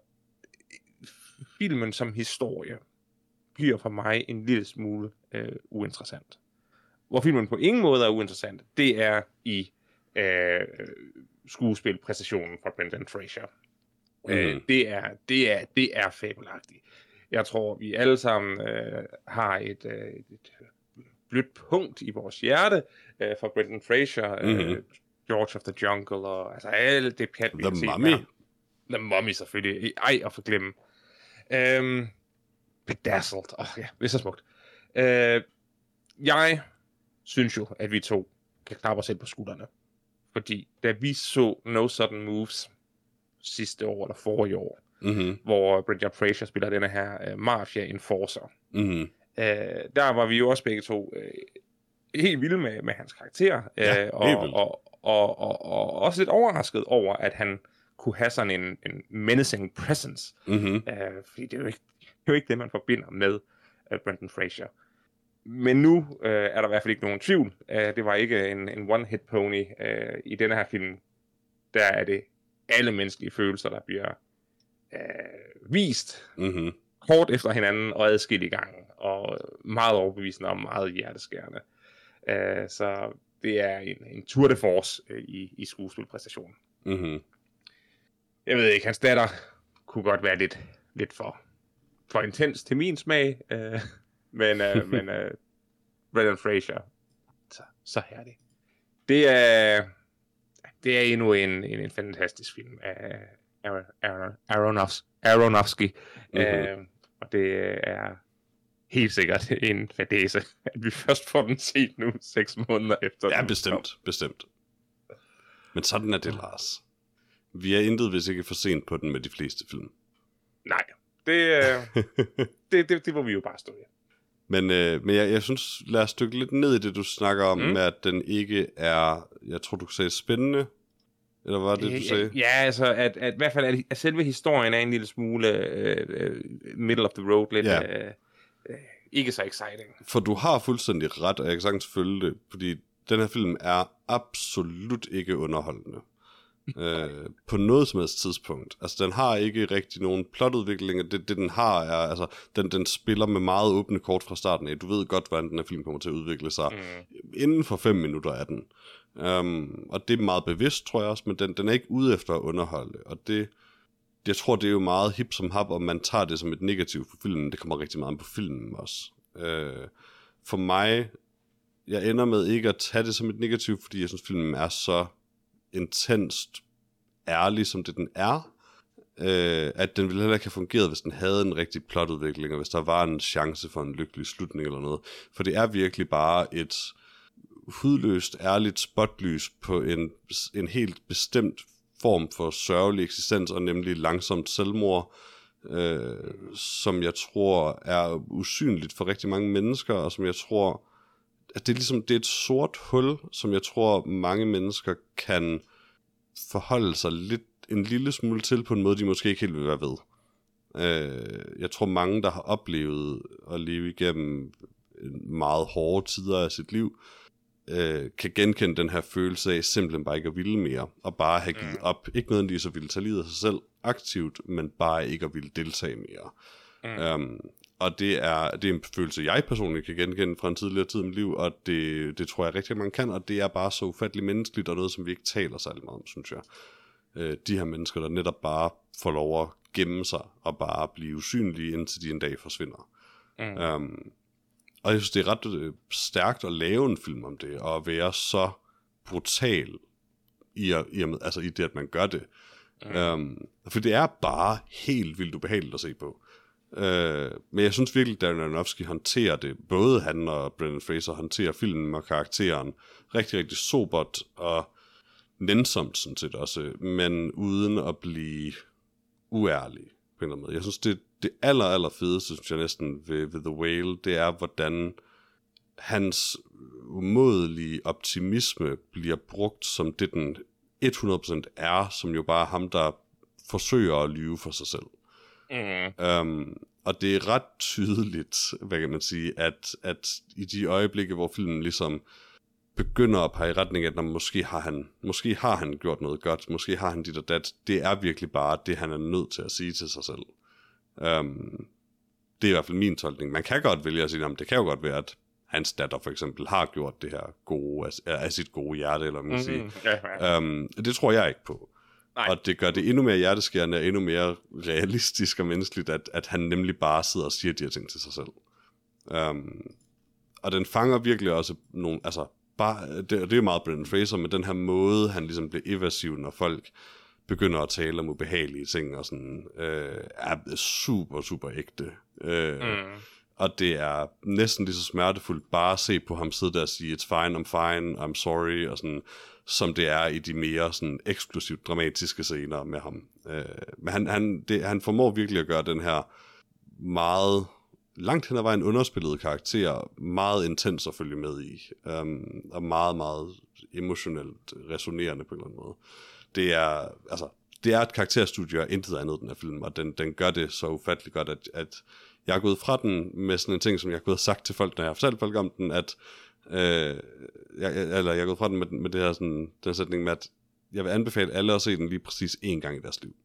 filmen som historie bliver for mig en lille smule øh, uinteressant. Hvor filmen på ingen måde er uinteressant, det er i øh, skuespilpræstationen fra Brendan Fraser. Mm. Øh, det er det er det er fabelagtigt. Jeg tror vi alle sammen øh, har et, øh, et blødt punkt i vores hjerte øh, for Brendan Fraser, mm. øh, George of the Jungle og altså alt det pjat vi har set. The Mummy. The Mummy selvfølgelig. Ej at forglemme. Øhm, Bedazzled. Åh oh, ja, det er så smukt. Øh, jeg synes jo, at vi to kan klappe os selv på skuldrene. Fordi da vi så No Sudden Moves sidste år eller forrige år, mm-hmm. hvor Brendan Fraser spiller denne her uh, Mafia Enforcer, mm-hmm. uh, der var vi jo også begge to uh, helt vilde med, med hans karakter. Ja, uh, og, og, og, og, og også lidt overrasket over, at han kunne have sådan en, en menacing presence. Mm-hmm. Uh, fordi det er, jo ikke, det er jo ikke det, man forbinder med uh, Brendan Fraser. Men nu uh, er der i hvert fald ikke nogen tvivl. Uh, det var ikke en, en one-hit pony uh, i denne her film. Der er det alle menneskelige følelser, der bliver øh, vist mm-hmm. kort efter hinanden og adskillige gange, og meget overbevisende og meget hjerteskærende. Øh, så det er en, en tour de force øh, i, i skuespilpræstationen. Mm-hmm. Jeg ved ikke, hans datter kunne godt være lidt, lidt for, for intens til min smag, øh, men, øh, men øh, Brendan Fraser, så, så herlig. Det er, det er endnu en, en, en fantastisk film af Aaron, Aaron, Aronofsky, Aronofsky. Mm-hmm. øh, og det er helt sikkert en fadese, at vi først får den set nu, seks måneder efter. Ja, bestemt, bestemt. Men sådan er det, Lars. Vi er intet, hvis ikke for sent på den med de fleste film. Nej, det, det, det, det må vi jo bare stå i. Men, øh, men jeg, jeg synes, lad os dykke lidt ned i det, du snakker om, mm. med at den ikke er, jeg tror, du sagde spændende, eller hvad var det, du sagde? Ja, altså, at, at i hvert fald, at, at selve historien er en lille smule uh, middle of the road, lidt ja. uh, uh, ikke så exciting. For du har fuldstændig ret, og jeg kan sagtens følge det, fordi den her film er absolut ikke underholdende. øh, på noget som helst tidspunkt. Altså den har ikke rigtig nogen plotudvikling. Det, det den har er, altså den, den spiller med meget åbne kort fra starten af. Du ved godt, hvordan den her film kommer til at udvikle sig mm. inden for fem minutter af den. um, Og det er meget bevidst, tror jeg også. Men den, den er ikke ude efter at underholde. Og det, jeg tror det er jo meget hip som hap, og man tager det som et negativ for filmen. Det kommer rigtig meget på filmen også. uh, For mig, jeg ender med ikke at tage det som et negativ, fordi jeg synes filmen er så intenst ærlig, som det den er, øh, at den ville heller ikke have fungeret, hvis den havde en rigtig plotudvikling, og hvis der var en chance for en lykkelig slutning eller noget. For det er virkelig bare et hudløst, ærligt spotlys på en, en helt bestemt form for sørgelig eksistens, og nemlig langsomt selvmord, øh, som jeg tror er usynligt for rigtig mange mennesker, og som jeg tror at det er ligesom, det er et sort hul, som jeg tror mange mennesker kan forholde sig lidt, en lille smule til, på en måde, de måske ikke helt vil være ved. Øh, jeg tror mange, der har oplevet at leve igennem meget hårde tider af sit liv, øh, kan genkende den her følelse af simpelthen bare ikke at ville mere, og bare have givet op. Ikke nødvendigvis at ville tage livet af sig selv aktivt, men bare ikke at ville deltage mere. Mm. Um, og det er, det er en følelse, jeg personligt kan genkende fra en tidligere tid i mit liv, og det, det tror jeg rigtig, man kan, og det er bare så ufatteligt menneskeligt, og noget, som vi ikke taler særlig meget om, synes jeg. Uh, de her mennesker, der netop bare får lov at gemme sig, og bare blive usynlige, indtil de en dag forsvinder. Mm. Um, og jeg synes, det er ret øh, stærkt at lave en film om det, og at være så brutal i, at, i, at, altså i det, at man gør det. Mm. Um, for det er bare helt vildt ubehageligt at se på. Uh, men jeg synes virkelig, at Darren Aronofsky håndterer det. Både han og Brendan Fraser håndterer filmen og karakteren rigtig, rigtig sobert og nænsomt sådan set også, men uden at blive uærlig på en eller anden måde. Jeg synes, det, det aller, aller fedeste, synes jeg næsten ved, ved The Whale, det er, hvordan hans umådelige optimisme bliver brugt som det, den hundrede procent er, som jo bare er ham, der forsøger at lyve for sig selv. Mm. Um, og det er ret tydeligt, hvad kan man sige, at, at i de øjeblikke, hvor filmen ligesom begynder at pege i retning af, at måske har han, måske har han gjort noget godt, måske har han dit og dat, det er virkelig bare det, han er nødt til at sige til sig selv. Um, det er i hvert fald min tolkning. Man kan godt vælge at sige, at det kan jo godt være, at hans datter for eksempel har gjort det her gode, af, af sit gode hjerte, eller man mm-hmm. sige. Yeah. Um, det tror jeg ikke på. Nej. Og det gør det endnu mere hjerteskærende og endnu mere realistisk og menneskeligt, at, at han nemlig bare sidder og siger de her ting til sig selv. Um, og den fanger virkelig også nogle, altså bare, det, det er jo meget Brendan Fraser, men den her måde, han ligesom bliver evasiv, når folk begynder at tale om ubehagelige ting, og sådan, øh, er super, super ægte. Øh, mm. Og det er næsten lige så smertefuldt bare at se på ham sidde der og sige, it's fine, I'm fine, I'm sorry, og sådan, som det er i de mere sådan eksplosivt dramatiske scener med ham. Øh, men han, han, det, han formår virkelig at gøre den her meget langt hen ad vejen underspillede karakter meget intens at følge med i, um, og meget, meget emotionelt resonerende på en eller anden måde. Det er, altså, det er et karakterstudie og intet andet, den her film, og den, den gør det så ufatteligt godt, at, at jeg er gået fra den med sådan en ting, som jeg har gået og sagt til folk, når jeg har fortalt folk om den, at, øh, jeg, eller jeg er gået fra den med, med det her sådan, den sætning med, at jeg vil anbefale alle at se den lige præcis én gang i deres liv.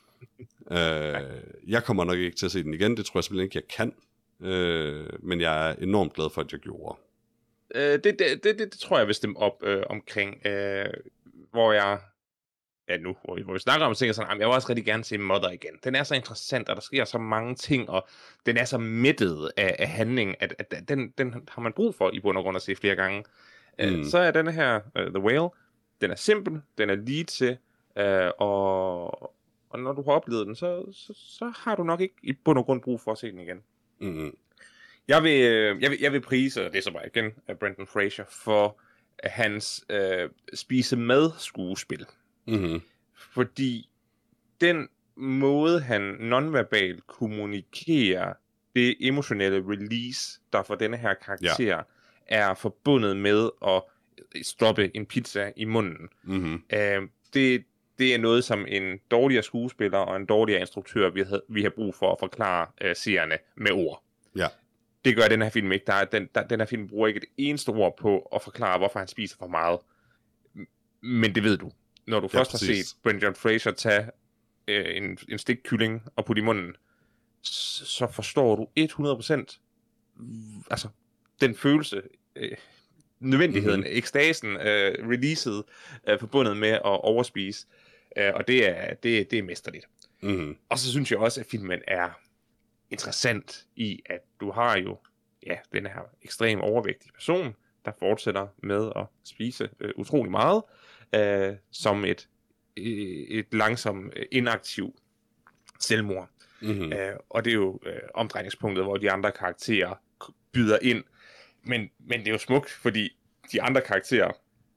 øh, jeg kommer nok ikke til at se den igen, det tror jeg simpelthen ikke, jeg kan. Øh, men jeg er enormt glad for, at jeg gjorde. Øh, det, det, det, det, det tror jeg vil stemme op øh, omkring, øh, hvor jeg, ja nu, hvor, hvor vi snakker om ting, sådan, jamen, jeg vil også rigtig gerne se Mother igen. Den er så interessant, og der sker så mange ting, og den er så mættet af, af handling, at, at den, den har man brug for i bund og grund at se flere gange. Mm. Øh, så er denne her, uh, The Whale, den er simpel, den er lige til, øh, og, og når du har oplevet den, så, så, så har du nok ikke i bund og grund brug for at se den igen. Mm. Jeg vil, jeg vil, jeg vil prise, og det er så bare igen, af Brendan Fraser, for hans øh, spise med skuespil. Mm-hmm. Fordi den måde, han nonverbalt kommunikerer det emotionelle release, der for denne her karakter, ja. er forbundet med at stoppe en pizza i munden. Mm-hmm. Øh, det, det er noget, som en dårligere skuespiller og en dårligere instruktør, vi har, vi har brug for at forklare øh, seerne med ord. Ja. Det gør den her film ikke. Der er, den, der, den her film bruger ikke et eneste ord på at forklare, hvorfor han spiser for meget. Men det ved du. Når du ja, først præcis. har set Brendan Fraser tage øh, en, en stik kylling og putte i munden, så, så forstår du hundrede procent altså, den følelse, øh, nødvendigheden, mm-hmm. ekstasen, øh, releaset, øh, forbundet med at overspise. Øh, og det er, det, det er mesterligt. Mm-hmm. Og så synes jeg også, at filmen er interessant i, at du har jo ja, den her ekstremt overvægtige person, der fortsætter med at spise øh, utrolig meget, øh, som et, øh, et langsomt øh, inaktiv selvmord. Mm-hmm. Øh, og det er jo øh, omdrejningspunktet, hvor de andre karakterer byder ind. Men, men det er jo smukt, fordi de andre karakterer,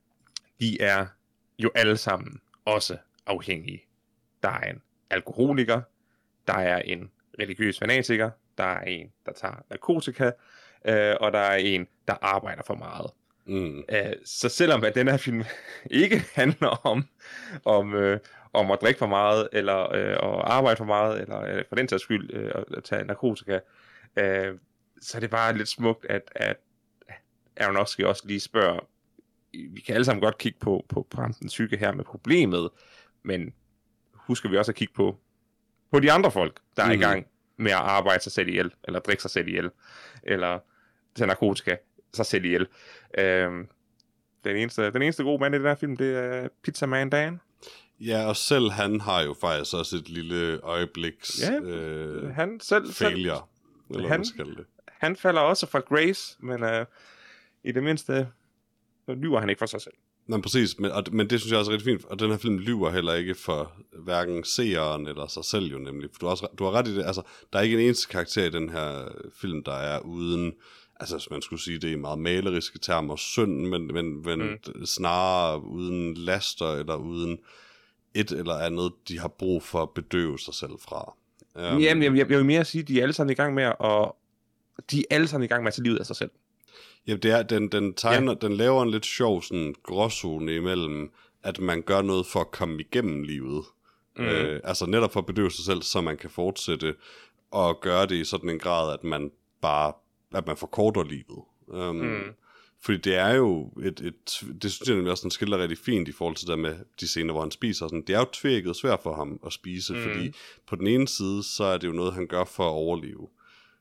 de er jo alle sammen også afhængige. Der er en alkoholiker, der er en religiøs fanatiker, der er en, der tager narkotika, øh, og der er en, der arbejder for meget. Mm. Øh, så selvom at den her film ikke handler om, om, øh, om at drikke for meget, eller øh, at arbejde for meget, eller øh, for den sags skyld øh, at tage narkotika, øh, så er det bare lidt smukt, at, at Aronofsky også lige spørger, vi kan alle sammen godt kigge på, på, på den psyke her med problemet, men husker vi også at kigge på på de andre folk, der er mm. i gang med at arbejde sig selv ihjel, eller drikke sig selv ihjel, eller tage narkotika sig selv ihjel. Øhm, den, eneste, den eneste gode mand i den her film, det er Pizza Man Dan. Ja, og selv han har jo faktisk også et lille øjebliks ja, øh, han selv, failure, selv, eller han, hvad skal det. Han falder også fra Grace, men øh, i det mindste så lyver han ikke for sig selv. Men præcis, men, og, men det synes jeg også er rigtig fint, og den her film lyver heller ikke for hverken seeren eller sig selv jo nemlig, for du har, også, du har ret i det, altså der er ikke en eneste karakter i den her film, der er uden, altså hvis man skulle sige det i meget maleriske termer, synd, men, men, men mm. snarere uden laster eller uden et eller andet, de har brug for at bedøve sig selv fra. Um, Jamen, jeg, jeg vil mere sige, at de er alle sammen i gang med at, de er alle sammen i gang med at tage livet af sig selv. Ja, det er, den, den tegner, ja. den laver en lidt sjov sådan gråzone imellem, at man gør noget for at komme igennem livet. Mm. Øh, altså netop for at bedøve sig selv, så man kan fortsætte og gøre det i sådan en grad, at man bare, at man forkorter livet. Um, mm. Fordi det er jo et, et det synes jeg nemlig også, den skiller rigtig fint i forhold til det med de scener, hvor han spiser. Sådan. Det er jo tvækket svært for ham at spise, mm. fordi på den ene side, så er det jo noget, han gør for at overleve.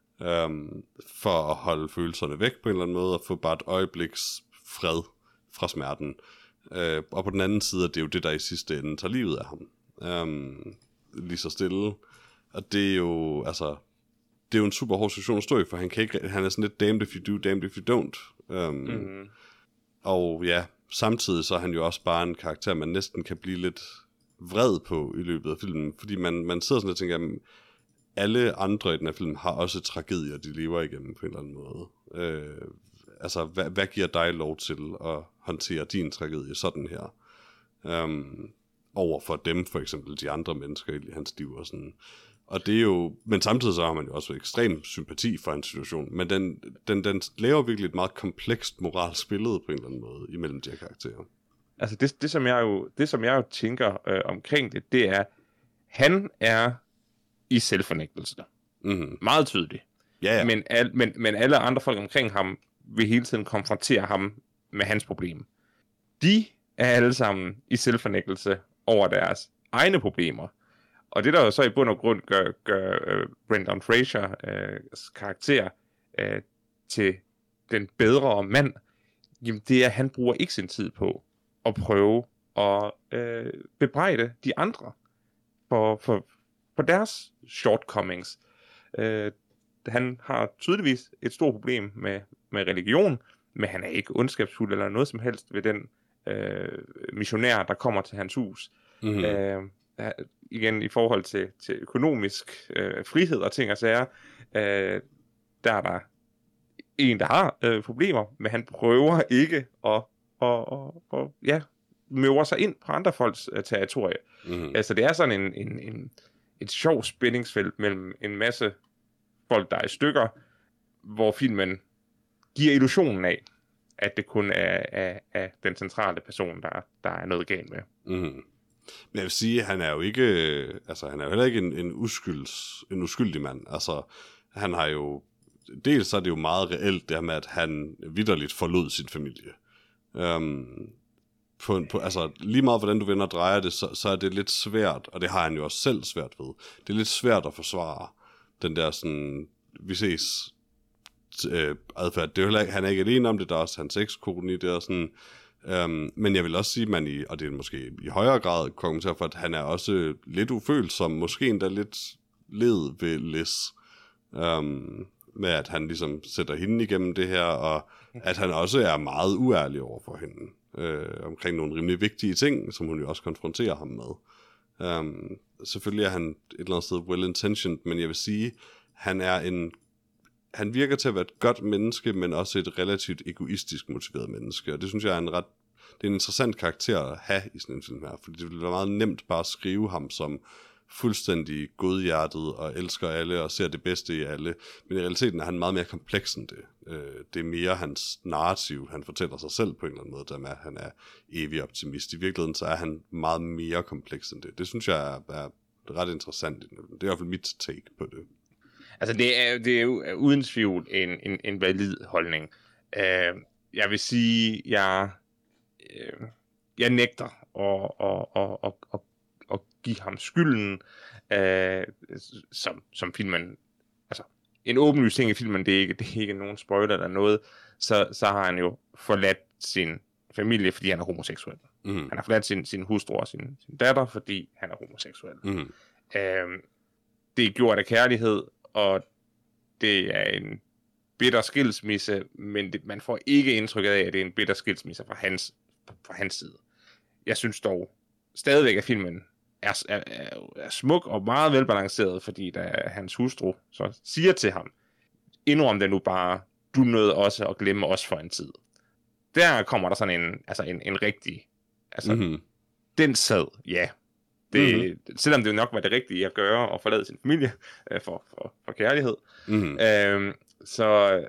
Um, for at holde følelserne væk på en eller anden måde, og få bare et øjebliks fred fra smerten. Uh, og på den anden side er det jo det, der i sidste ende tager livet af ham. Um, lige så stille. Og det er jo, altså, det er jo en super hård situation at stå i, for han, kan ikke, han er sådan lidt damned if you do, damned if you don't. Um, mm-hmm. Og ja, samtidig så er han jo også bare en karakter, man næsten kan blive lidt vred på i løbet af filmen, fordi man, man sidder sådan og tænker, jamen, alle andre i den her film har også tragedier, de lever igennem på en eller anden måde. Øh, altså, hvad, hvad giver dig lov til at håndtere din tragedie sådan her? Um, over for dem, for eksempel de andre mennesker i hans liv og sådan. Og det er jo, men samtidig så har man jo også ekstrem sympati for en situation, men den, den, den laver virkelig et meget komplekst moralsk billede på en eller anden måde imellem de her karakterer. Altså det, det, som, jeg jo, det som jeg jo tænker øh, omkring det, det er, han er i selvfornægtelse. Mm-hmm. Meget tydeligt. Ja, ja. Men, al, men, men alle andre folk omkring ham vil hele tiden konfrontere ham med hans problem. De er alle sammen i selvfornægtelse over deres egne problemer. Og det, der jo så i bund og grund gør, gør uh, Brendan Fraser uh, karakter uh, til den bedre mand, jamen det er, at han bruger ikke sin tid på at prøve at uh, bebrejde de andre for, for, for deres shortcomings. Uh, han har tydeligvis et stort problem med, med religion, men han er ikke ondskabsfuld eller noget som helst ved den uh, missionær, der kommer til hans hus. Mm-hmm. Uh, igen i forhold til, til økonomisk øh, frihed og ting og sager, øh, der er der en, der har øh, problemer, men han prøver ikke at og, og, og, ja, møver sig ind på andre folks øh, territorie. Mm. Altså det er sådan en, en, en, et sjovt spændingsfelt mellem en masse folk, der er i stykker, hvor filmen giver illusionen af, at det kun er, er, er den centrale person, der, der er noget galt med. Mm. Men jeg vil sige, han er jo ikke, altså han er jo heller ikke en, en, uskylds, en uskyldig mand. Altså han har jo, dels så er det jo meget reelt det her med, at han vitterligt forlod sin familie. Um, på, på, altså lige meget hvordan du vender og drejer det, så, så er det lidt svært, og det har han jo også selv svært ved. Det er lidt svært at forsvare den der sådan, vi ses øh, adfærd. Det er jo ikke, han er ikke alene om det, der er også hans ekskone i det, og sådan. Um, men jeg vil også sige, at man i, og det er måske i højere grad kommenterer for, at han er også lidt ufølsom, måske endda lidt led ved Liz, um, med at han ligesom sætter hende igennem det her, og at han også er meget uærlig over for hende, øh, omkring nogle rimelig vigtige ting, som hun jo også konfronterer ham med. Um, selvfølgelig er han et eller andet sted well-intentioned, men jeg vil sige, han er en han virker til at være et godt menneske, men også et relativt egoistisk motiveret menneske, og det synes jeg er en ret, det er en interessant karakter at have i sådan en film her, fordi det ville være meget nemt bare at skrive ham som fuldstændig godhjertet og elsker alle og ser det bedste i alle, men i realiteten er han meget mere kompleks end det. Det er mere hans narrativ, han fortæller sig selv på en eller anden måde, der med, at han er evig optimist. I virkeligheden så er han meget mere kompleks end det. Det synes jeg er, er ret interessant. Det er i hvert fald mit take på det. Altså det er, det er jo uden tvivl en, en, en valid holdning. Uh, jeg vil sige, jeg, uh, jeg nægter at, at, at, at, at, at give ham skylden, uh, som, som filmen, altså en åbenlys ting i filmen, det er ikke, det er ikke nogen spoiler eller noget, så, så har han jo forladt sin familie, fordi han er homoseksuel. Mm. Han har forladt sin, sin hustru og sin, sin datter, fordi han er homoseksuel. Mm. Uh, det er gjort af kærlighed, og det er en bitter skilsmisse, men det, man får ikke indtrykket af, at det er en bitter skilsmisse fra hans, fra hans side. Jeg synes dog stadigvæk, at filmen er, er, er, er smuk og meget velbalanceret, fordi da hans hustru så siger til ham, indrøm det nu bare, du nåede også at glemme os for en tid. Der kommer der sådan en, altså en, en rigtig, altså mm-hmm. den sad, ja. Det, mm-hmm. Selvom det jo nok var det rigtige at gøre og forlade sin familie øh, for, for, for kærlighed, mm-hmm. øh, så,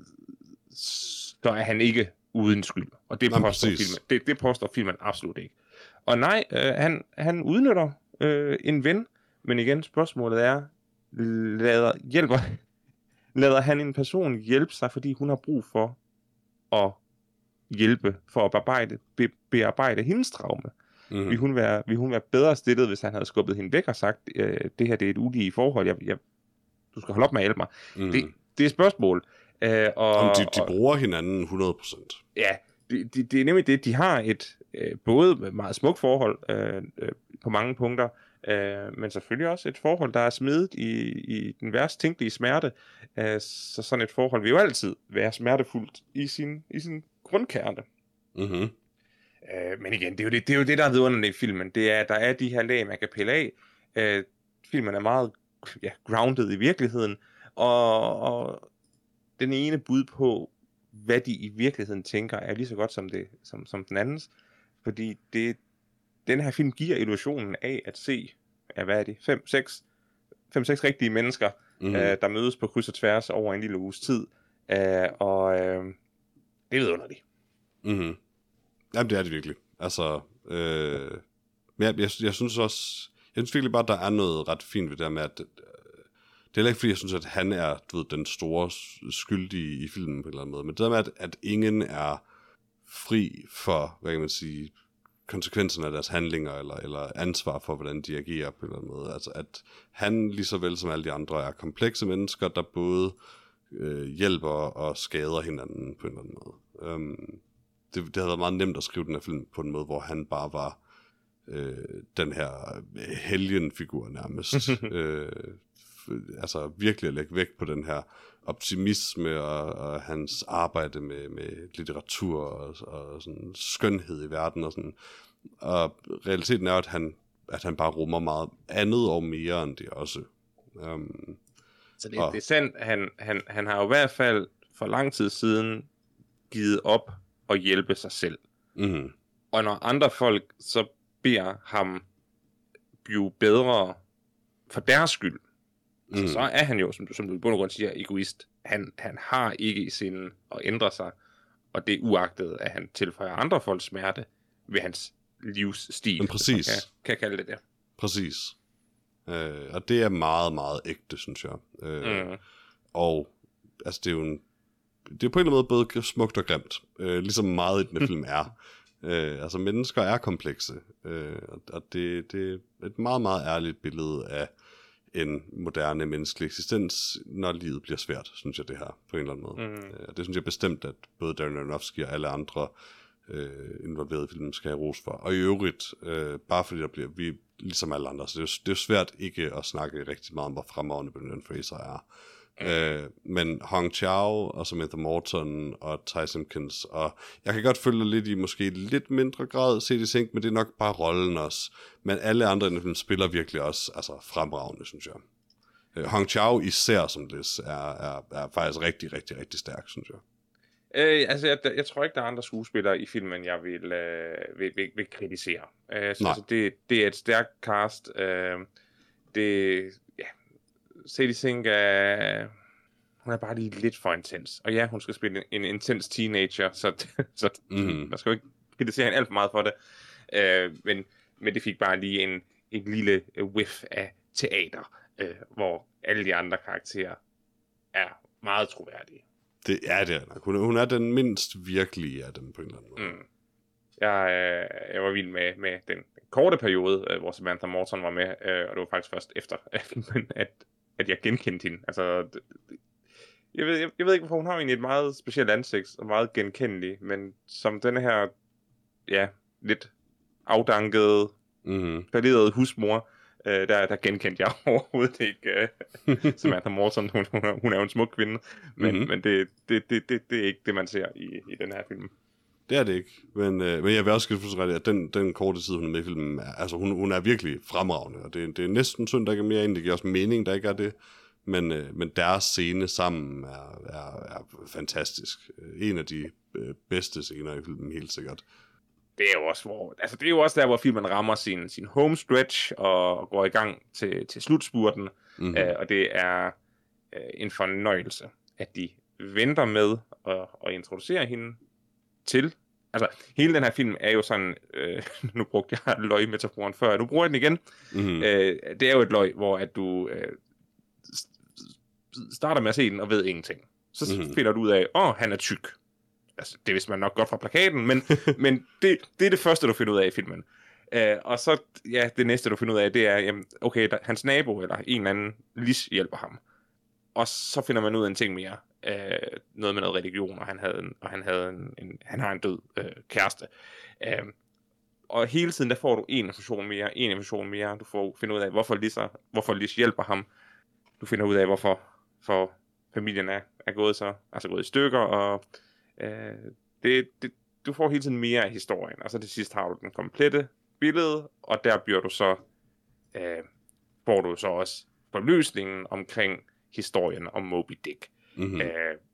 så er han ikke uden skyld. Og det påstår filmen, det, det påstår filmen absolut ikke. Og nej, øh, han, han udnytter øh, en ven, men igen spørgsmålet er, lader, hjælper, lader han en person hjælpe sig, fordi hun har brug for at hjælpe, for at bearbejde, be, bearbejde hendes traume? Mm-hmm. Vil, hun være, vil hun være bedre stillet, hvis han havde skubbet hende væk og sagt, øh, det her det er et ulige forhold, jeg, jeg, du skal holde op med at hjælpe mig. Mm-hmm. Det, det er et spørgsmål. Øh, og, Om de, de bruger hinanden hundrede procent. Ja, det, det, det er nemlig det. De har et øh, både meget smukt forhold øh, øh, på mange punkter, øh, men selvfølgelig også et forhold, der er smidigt i, i den værst tænkelige smerte. Øh, så sådan et forhold vil jo altid være smertefuldt i sin, i sin grundkerne. Mhm. Uh, men igen, det er, jo det, det er jo det, der er vidunderligt i filmen. Det er, at der er de her lag, man kan pille af. Uh, filmen er meget ja, grounded i virkeligheden. Og, og den ene bud på, hvad de i virkeligheden tænker, er lige så godt som, det, som, som den andens. Fordi det, den her film giver illusionen af at se, ja, hvad er det, fem, seks, fem, seks rigtige mennesker, mm-hmm. uh, der mødes på kryds og tværs over en lille uges tid. Uh, og uh, det er vidunderligt. Mhm. Jamen, det er det virkelig. Altså, øh, jeg, jeg, jeg synes også, jeg synes virkelig bare, at der er noget ret fint ved det med, at det er heller ikke fordi, jeg synes, at han er, du ved, den store skyldige i filmen på en eller anden måde, men det der med, at, at ingen er fri for, hvad kan man sige, konsekvenserne af deres handlinger, eller, eller ansvar for, hvordan de agerer på en eller anden måde. Altså at han, lige så vel som alle de andre, er komplekse mennesker, der både øh, hjælper og skader hinanden på en eller anden måde. Um, det, det havde været meget nemt at skrive den her film på en måde, hvor han bare var øh, den her helgenfigur nærmest. øh, altså virkelig at lægge vægt på den her optimisme og, og hans arbejde med, med litteratur og, og sådan skønhed i verden og sådan. Og realiteten er, at han, at han bare rummer meget andet og mere end det også. Um, Så det, og, det er sandt, han, han, han har jo i hvert fald for lang tid siden givet op og hjælpe sig selv. Mm-hmm. Og når andre folk så beder ham blive bedre for deres skyld, mm. så, så er han jo, som du, som du i bund og grund siger, egoist. Han, han har ikke i sinde at ændre sig, og det er uagtet, at han tilføjer andre folks smerte ved hans livsstil. Men præcis. Kan, kan kalde det det. Præcis. Øh, og det er meget, meget ægte, synes jeg. Øh, mm. Og altså, det er jo en, det er på en eller anden måde både smukt og grimt, øh, ligesom meget i den film er. øh, altså, mennesker er komplekse, øh, og det, det er et meget, meget ærligt billede af en moderne menneskelig eksistens, når livet bliver svært, synes jeg det her, på en eller anden måde. Mm. Øh, det synes jeg bestemt, at både Darren Aronofsky og alle andre øh, involverede i filmen skal have ros for. Og i øvrigt, øh, bare fordi der bliver, vi ligesom alle andre, så det er, jo, det er jo svært ikke at snakke rigtig meget om, hvor fremragende Brendan Fraser er. Mm. Øh, men Hong Chau og Samantha Morton og Ty Simpkins, og jeg kan godt følge lidt i måske lidt mindre grad Sadie Sink, men det er nok bare rollen også. Men alle andre i den film spiller virkelig også altså, fremragende, synes jeg. Øh, Hong Chau især som Liz er, er, er faktisk rigtig, rigtig, rigtig stærk, synes jeg. Øh, altså, jeg, jeg tror ikke, der er andre skuespillere i filmen, jeg vil, øh, vil, vil, vil kritisere. Øh, så altså, det, det er et stærkt cast. Øh, det, ja, Sadie Sink er, hun er bare lige lidt for intens. Og ja, hun skal spille en, en intens teenager, så, så mm. man skal jo ikke kritisere hende alt for meget for det. Øh, men, men det fik bare lige en, en lille whiff af teater, øh, hvor alle de andre karakterer er meget troværdige. Det er det nok. Hun, hun er den mindst virkelige af dem på en eller anden måde. Mm. Jeg, øh, jeg var vild med, med den, den korte periode, øh, hvor Samantha Morton var med, øh, og det var faktisk først efter filmen, at, at jeg genkendte hende. Altså, det, det, jeg, ved, jeg, jeg ved ikke, hvorfor hun har egentlig et meget specielt ansigt, og meget genkendelig, men som den her, ja, lidt afdankede, mm-hmm. falderede husmor, øh, der, der genkendte jeg overhovedet ikke øh, Samantha Morton. Hun, hun, er, hun er jo en smuk kvinde, men, mm-hmm. men det, det, det, det, det er ikke det, man ser i, i den her film. Det er det ikke, men, øh, men jeg vil også skrive at den, den korte tid, hun er med i filmen, er, altså hun, hun er virkelig fremragende, og det, det er næsten synd, der ikke er mere ind, det giver også mening, der ikke er det, men, øh, men deres scene sammen er, er, er fantastisk. En af de øh, bedste scener i filmen, helt sikkert. Det er jo også, hvor, altså det er jo også der, hvor filmen rammer sin, sin home stretch og går i gang til, til slutspurten, mm-hmm. øh, og det er øh, en fornøjelse, at de venter med at, at introducere hende til. Altså, hele den her film er jo sådan, øh, nu brugte jeg løg-metaforen før, nu bruger jeg den igen. Mm-hmm. Øh, det er jo et løg, hvor at du øh, starter med at se den og ved ingenting. Så mm-hmm. finder du ud af, åh, oh, han er tyk. Altså, det vidste man nok godt fra plakaten, men, men det, det er det første, du finder ud af i filmen. Uh, og så, ja, det næste, du finder ud af, det er, jamen, okay, der, hans nabo eller en eller anden Lis hjælper ham. Og så finder man ud af en ting mere. Uh, noget med noget religion, og han, havde en, og han, havde en, en, han har en død uh, kæreste. Uh, og hele tiden, der får du en information mere, en information mere. Du får finder ud af, hvorfor Lis, hvorfor Lis hjælper ham. Du finder ud af, hvorfor for familien er, er gået så, altså gået i stykker, og Uh, det, det, du får hele tiden mere af historien, og så til sidst har du den komplette billede, og der bliver du så uh, får du så også forløsningen omkring historien om Moby Dick. Mm-hmm. uh,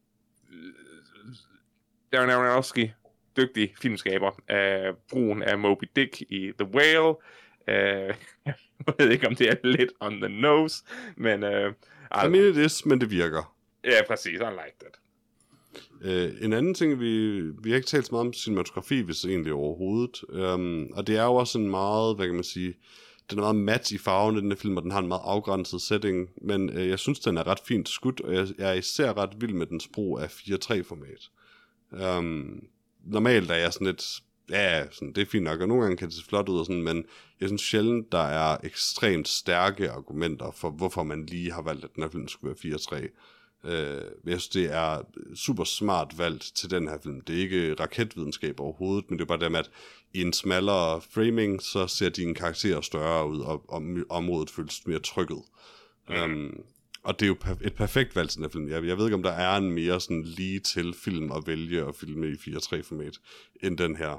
Darren Aronofsky, dygtig filmskaber, uh, brugen af Moby Dick i The Whale. uh, jeg ved ikke om det er lidt on the nose, men uh, I mean it is, men det virker. Ja, præcis, I like that. Uh, en anden ting, vi, vi har ikke talt så meget om cinematografi, hvis egentlig overhovedet, um, og det er jo også en meget, hvad kan man sige, den er meget mat i farven i den her film, og den har en meget afgrænset setting, men uh, jeg synes, den er ret fint skudt, og jeg, jeg er især ret vild med dens brug af fire tre format. Um, normalt er jeg sådan lidt ja, sådan, det er fint nok, og nogle gange kan det se flot ud og sådan, men jeg synes sjældent, der er ekstremt stærke argumenter for, hvorfor man lige har valgt, at den her film skulle være fire tre. Øh, jeg synes, det er super smart valgt til den her film. Det er ikke raketvidenskab overhovedet, men det er bare det med, at i en smallere framing, så ser dine karakterer større ud, og, og området føles mere trykket. Mm. Um, og det er jo et perfekt valg til den her film. Jeg, jeg ved ikke, om der er en mere sådan lige til film at vælge at filme i fire tre format, end den her.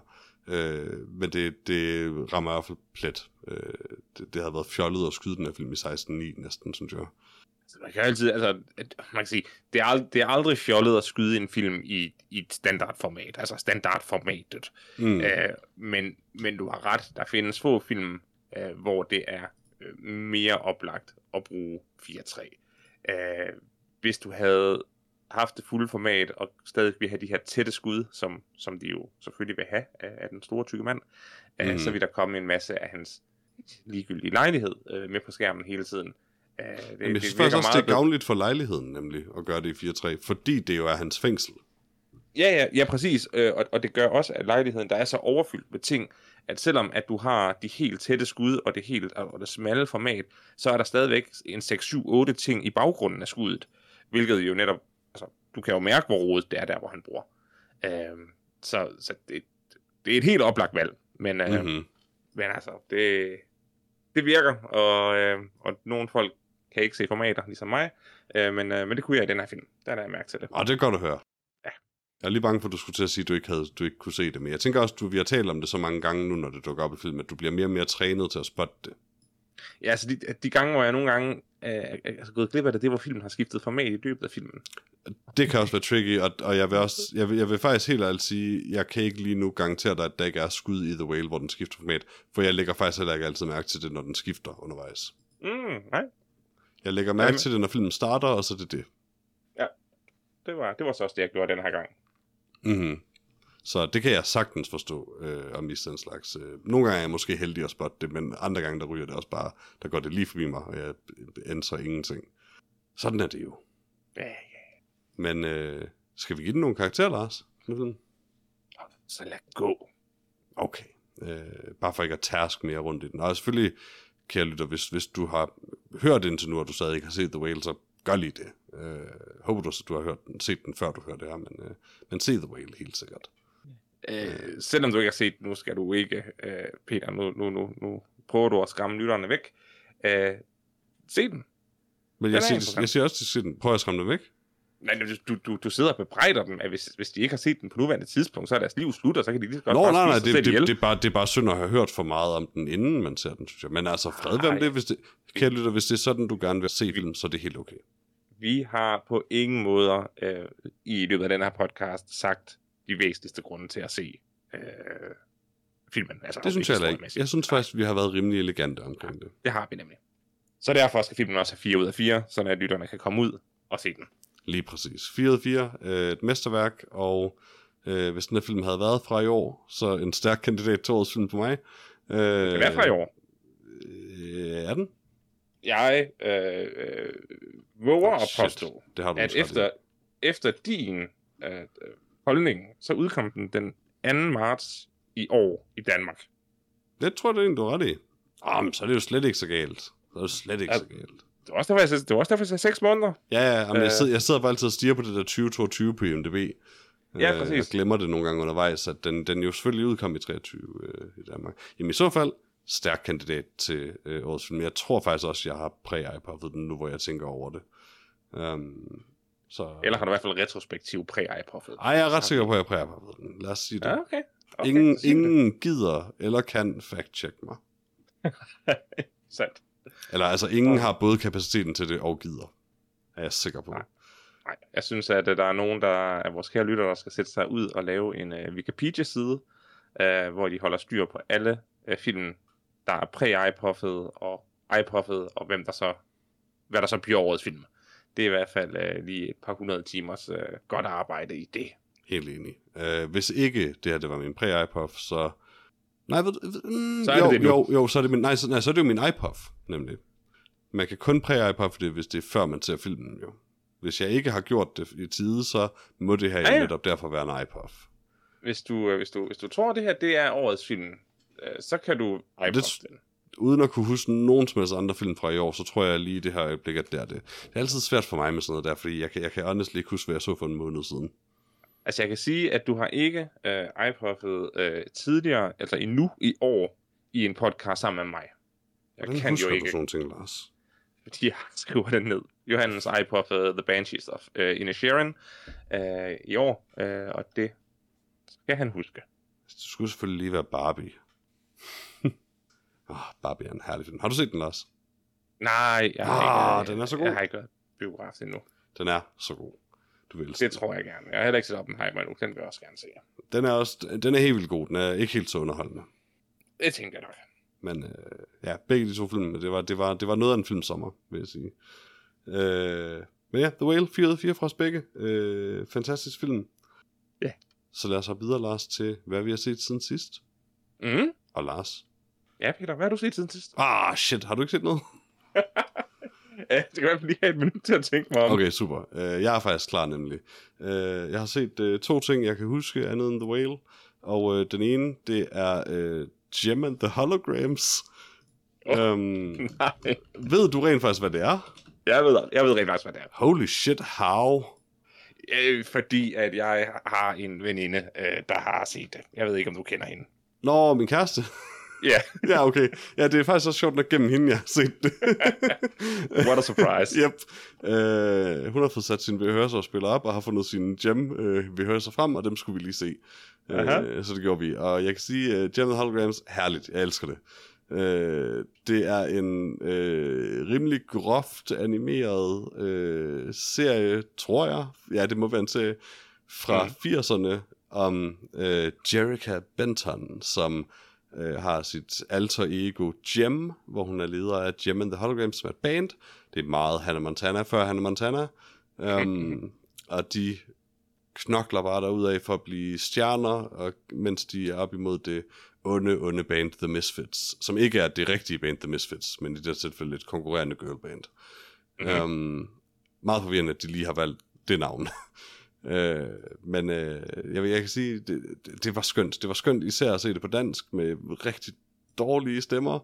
Uh, men det, det rammer i hvert fald plet. Uh, det, det havde været fjollet at skyde den her film i seksten ni næsten, synes jeg. Man kan altid, altså, man kan sige, det er, ald- det er aldrig fjollet at skyde en film i, i et standardformat, altså standardformatet. Mm. Øh, men, men du har ret, der findes få film, øh, hvor det er øh, mere oplagt at bruge fire tre. Øh, hvis du havde haft det fulde format, og stadig vil have de her tætte skud, som, som de jo selvfølgelig vil have af, af den store tykke mand, øh, mm. så vil der komme en masse af hans ligegyldige lejlighed øh, med på skærmen hele tiden. Uh, det, Men jeg synes faktisk også, det er gavnligt for lejligheden, nemlig, at gøre det i fire tre, fordi det jo er hans fængsel. Ja, ja, ja præcis. Uh, og, og det gør også, at lejligheden, der er så overfyldt med ting, at selvom at du har de helt tætte skud, og det helt og det smalle format, så er der stadigvæk en seks syv otte ting i baggrunden af skuddet, hvilket jo netop, altså, du kan jo mærke, hvor rodet det er der, hvor han bor. Uh, så så det, det er et helt oplagt valg, men, uh, mm-hmm. men altså, det, det virker, og, uh, og nogle folk kan ikke se formater, ligesom mig, øh, men, øh, men det kunne jeg i den her film. Der er der mærke til det. Og det er godt at høre. Ja. Jeg er lige bange for, at du skulle til at sige, at du ikke, havde, du ikke kunne se det, men jeg tænker også, at du, vi har talt om det så mange gange nu, når det dukker op i film, at du bliver mere og mere trænet til at spotte det. Ja, altså de, de gange, hvor jeg nogle gange øh, altså gået glip af det, det hvor filmen har skiftet format i løbet af filmen. Det kan også være tricky, og, og jeg vil også, jeg vil, jeg vil faktisk helt ærligt sige, jeg kan ikke lige nu garantere dig, at der ikke er skud i The Whale, hvor den skifter format, for jeg lægger faktisk heller ikke altid mærke til det, når den skifter undervejs. Mm, nej. Jeg lægger mærke Jamen. til det, når filmen starter, og så er det det. Ja, det var, det var så også det, jeg gjorde den her gang. Mhm. Så det kan jeg sagtens forstå, øh, om miste den slags. Øh, nogle gange er jeg måske heldig at spotte det, men andre gange, der ryger det også bare, der går det lige forbi mig, og jeg ændrer ingenting. Sådan er det jo. Ja, ja. Men øh, skal vi give den nogle karakterer, Lars? Så lad gå. Okay. Øh, bare for ikke at tærske mere rundt i den. Og selvfølgelig, kære lytter, hvis, hvis du har hørt indtil nu, og du stadig ikke har set The Whale, så gør lige det. Øh, håber du, at du har hørt den, set den, før du hørte det her, men, øh, men se The Whale helt sikkert. Øh, selvom du ikke har set den, nu skal du ikke, øh, Peter, nu, nu, nu, nu prøver du at skræmme lytterne væk. Øh, se den. Men jeg siger, jeg siger også, at se den. Prøv at skræmme dem væk. Nej, du, du, du sidder og bebrejder dem, at hvis, hvis de ikke har set den på nuværende tidspunkt, så er deres liv slut, og så kan de lige så godt Nå, bare nej, nej, spise det, sig det, selv det, er bare, det er bare synd at have hørt for meget om den, inden man ser den, synes jeg. Men altså, fred ved om det, hvis det, kære lytter, hvis det er sådan, du gerne vil se film, så er det helt okay. Vi har på ingen måder øh, i løbet af den her podcast sagt de væsentligste grunde til at se øh, filmen. Altså, det synes jeg heller ikke. Jeg synes faktisk, vi har været rimelig elegante omkring det. Det har vi nemlig. Så derfor skal filmen også have fire ud af fire, så at lytterne kan komme ud og se den. Lige præcis. fire ud af fire. Øh, et mesterværk, og øh, hvis den her film havde været fra i år, så en stærk kandidat til årets film på mig. Øh, det kan være fra i år. Øh, er den? Jeg øh, øh, våger oh, at påstå, at efter, efter din øh, holdning, så udkom den den anden marts i år i Danmark. Det tror jeg, det er en, du er ret i. Oh, men så er det jo slet ikke så galt. Så er det jo slet ikke ja. så galt. Det var også derfor, jeg sagde, det var også derfor, jeg sagde seks måneder. Ja, ja, men øh, jeg, sidder, jeg sidder bare altid og stiger på det der tyve toogtyve på I M D B. Ja, præcis. Jeg glemmer det nogle gange undervejs, at den, den jo selvfølgelig udkom i treogtyve øh, i Danmark. Jamen i så fald, stærk kandidat til øh, årets film. Jeg tror faktisk også, jeg har præ-iPodet den nu, hvor jeg tænker over det. Um, så... Eller har du i hvert fald retrospektiv præ-iPodet? Ej, jeg er ret sikker på, at jeg præ-iPodet den. Lad os sige det. Ja, okay. okay. Ingen, ingen gider eller kan fact-check mig. Sandt. Eller altså, ingen okay. har både kapaciteten til det og gider. Er jeg sikker på. Nej. Nej, jeg synes, at der er nogen, der er vores kære lyttere, der skal sætte sig ud og lave en uh, Wikipedia-side, uh, hvor de holder styr på alle uh, film, der er præ-iPodet og iPodet, og hvem der så, hvad der så bliver årets film. Det er i hvert fald uh, lige et par hundrede timers uh, godt arbejde i det. Helt enig. Uh, hvis ikke det her det var min præ-iPod, så... Nej, ved, ved, mm, så er jo, det det nu. jo, jo, så er det min, nej, så, nej, så er det jo min iPod, nemlig. Man kan kun præ-iPod for det, hvis det er før man ser filmen, jo. Hvis jeg ikke har gjort det i tide, så må det her jo ja, ja. netop derfor være en iPod. hvis du, hvis du, hvis du tror, det her det er årets film, øh, så kan du iPod den. Uden at kunne huske nogen som helst andre film fra i år, så tror jeg lige det her øjeblik, at det er det. Det er altid svært for mig med sådan noget der, fordi jeg kan, jeg kan honestly ikke huske, hvad jeg så for en måned siden. Altså jeg kan sige, at du har ikke øh, iPod'et øh, tidligere, altså endnu i år, i en podcast sammen med mig. Jeg Hvordan kan husker jo du ikke, sådan nogle ting, Lars? fordi jeg skriver det ned. Johannes iPod The Banshees of uh, Inisherin uh, i år, uh, og det skal han huske. Det skulle selvfølgelig lige være Barbie. oh, Barbie er en herlig film. Har du set den, Lars? Nej, jeg har ah, ikke, den er så god. Jeg har ikke været biograf endnu. Den er så god. Du vil det tror jeg gerne. Jeg har heller ikke set Oppenheimer endnu. Den vil jeg også gerne se. Den er, også, den er helt vildt god. Den er ikke helt så underholdende. Det tænker jeg nok. Men øh, ja, begge de to film, det var, det var, det var noget af en filmsommer, vil jeg sige. Øh, men ja, The Whale, fire ud af fire fra os begge. Øh, fantastisk film. Ja. Yeah. Så lad os hoppe videre, Lars, til hvad vi har set siden sidst. Mm. Og Lars. Ja, Peter, hvad har du set siden sidst? Ah, shit, har du ikke set noget? Ja, det kan jeg lige have et minut til at tænke mig om. Okay, super. Uh, jeg er faktisk klar nemlig. Uh, jeg har set uh, to ting, jeg kan huske, andet end The Whale. Og uh, den ene, det er uh, Jem and the Holograms. Oh, um, nej. Ved du rent faktisk, hvad det er? Jeg ved, jeg ved rent faktisk, hvad det er. Holy shit, how? Øh, fordi at jeg har en veninde, øh, der har set det. Jeg ved ikke, om du kender hende. Nå, min kæreste? Ja. Yeah. Ja, okay. Ja, det er faktisk også sjovt nok gennem hende, jeg har set det. What a surprise. Yep. Uh, hun har fået sat sin V H S-afspiller op, og har fundet sine Jem uh, V H S'er frem, og dem skulle vi lige se. Uh, så det gjorde vi. Og jeg kan sige, uh, Jem and the Holograms, herligt. Jeg elsker det. Uh, det er en uh, rimelig groft animeret uh, serie, tror jeg. Ja, det må være en serie fra mm. firserne om uh, Jerrica Benton, som uh, har sit alter ego Jem, hvor hun er leder af Jem and the Holograms, som er et band. Det er meget Hannah Montana før Hannah Montana. Um, og de knokler bare derudad for at blive stjerner, og mens de er op imod det onde, onde band The Misfits, som ikke er det rigtige band The Misfits, men i det tilfælde et konkurrerende girlband. Mm-hmm. Um, meget forvirrende, at de lige har valgt det navn. uh, men uh, jeg, jeg kan sige, det, det, det var skønt. Det var skønt især at se det på dansk, med rigtig dårlige stemmer.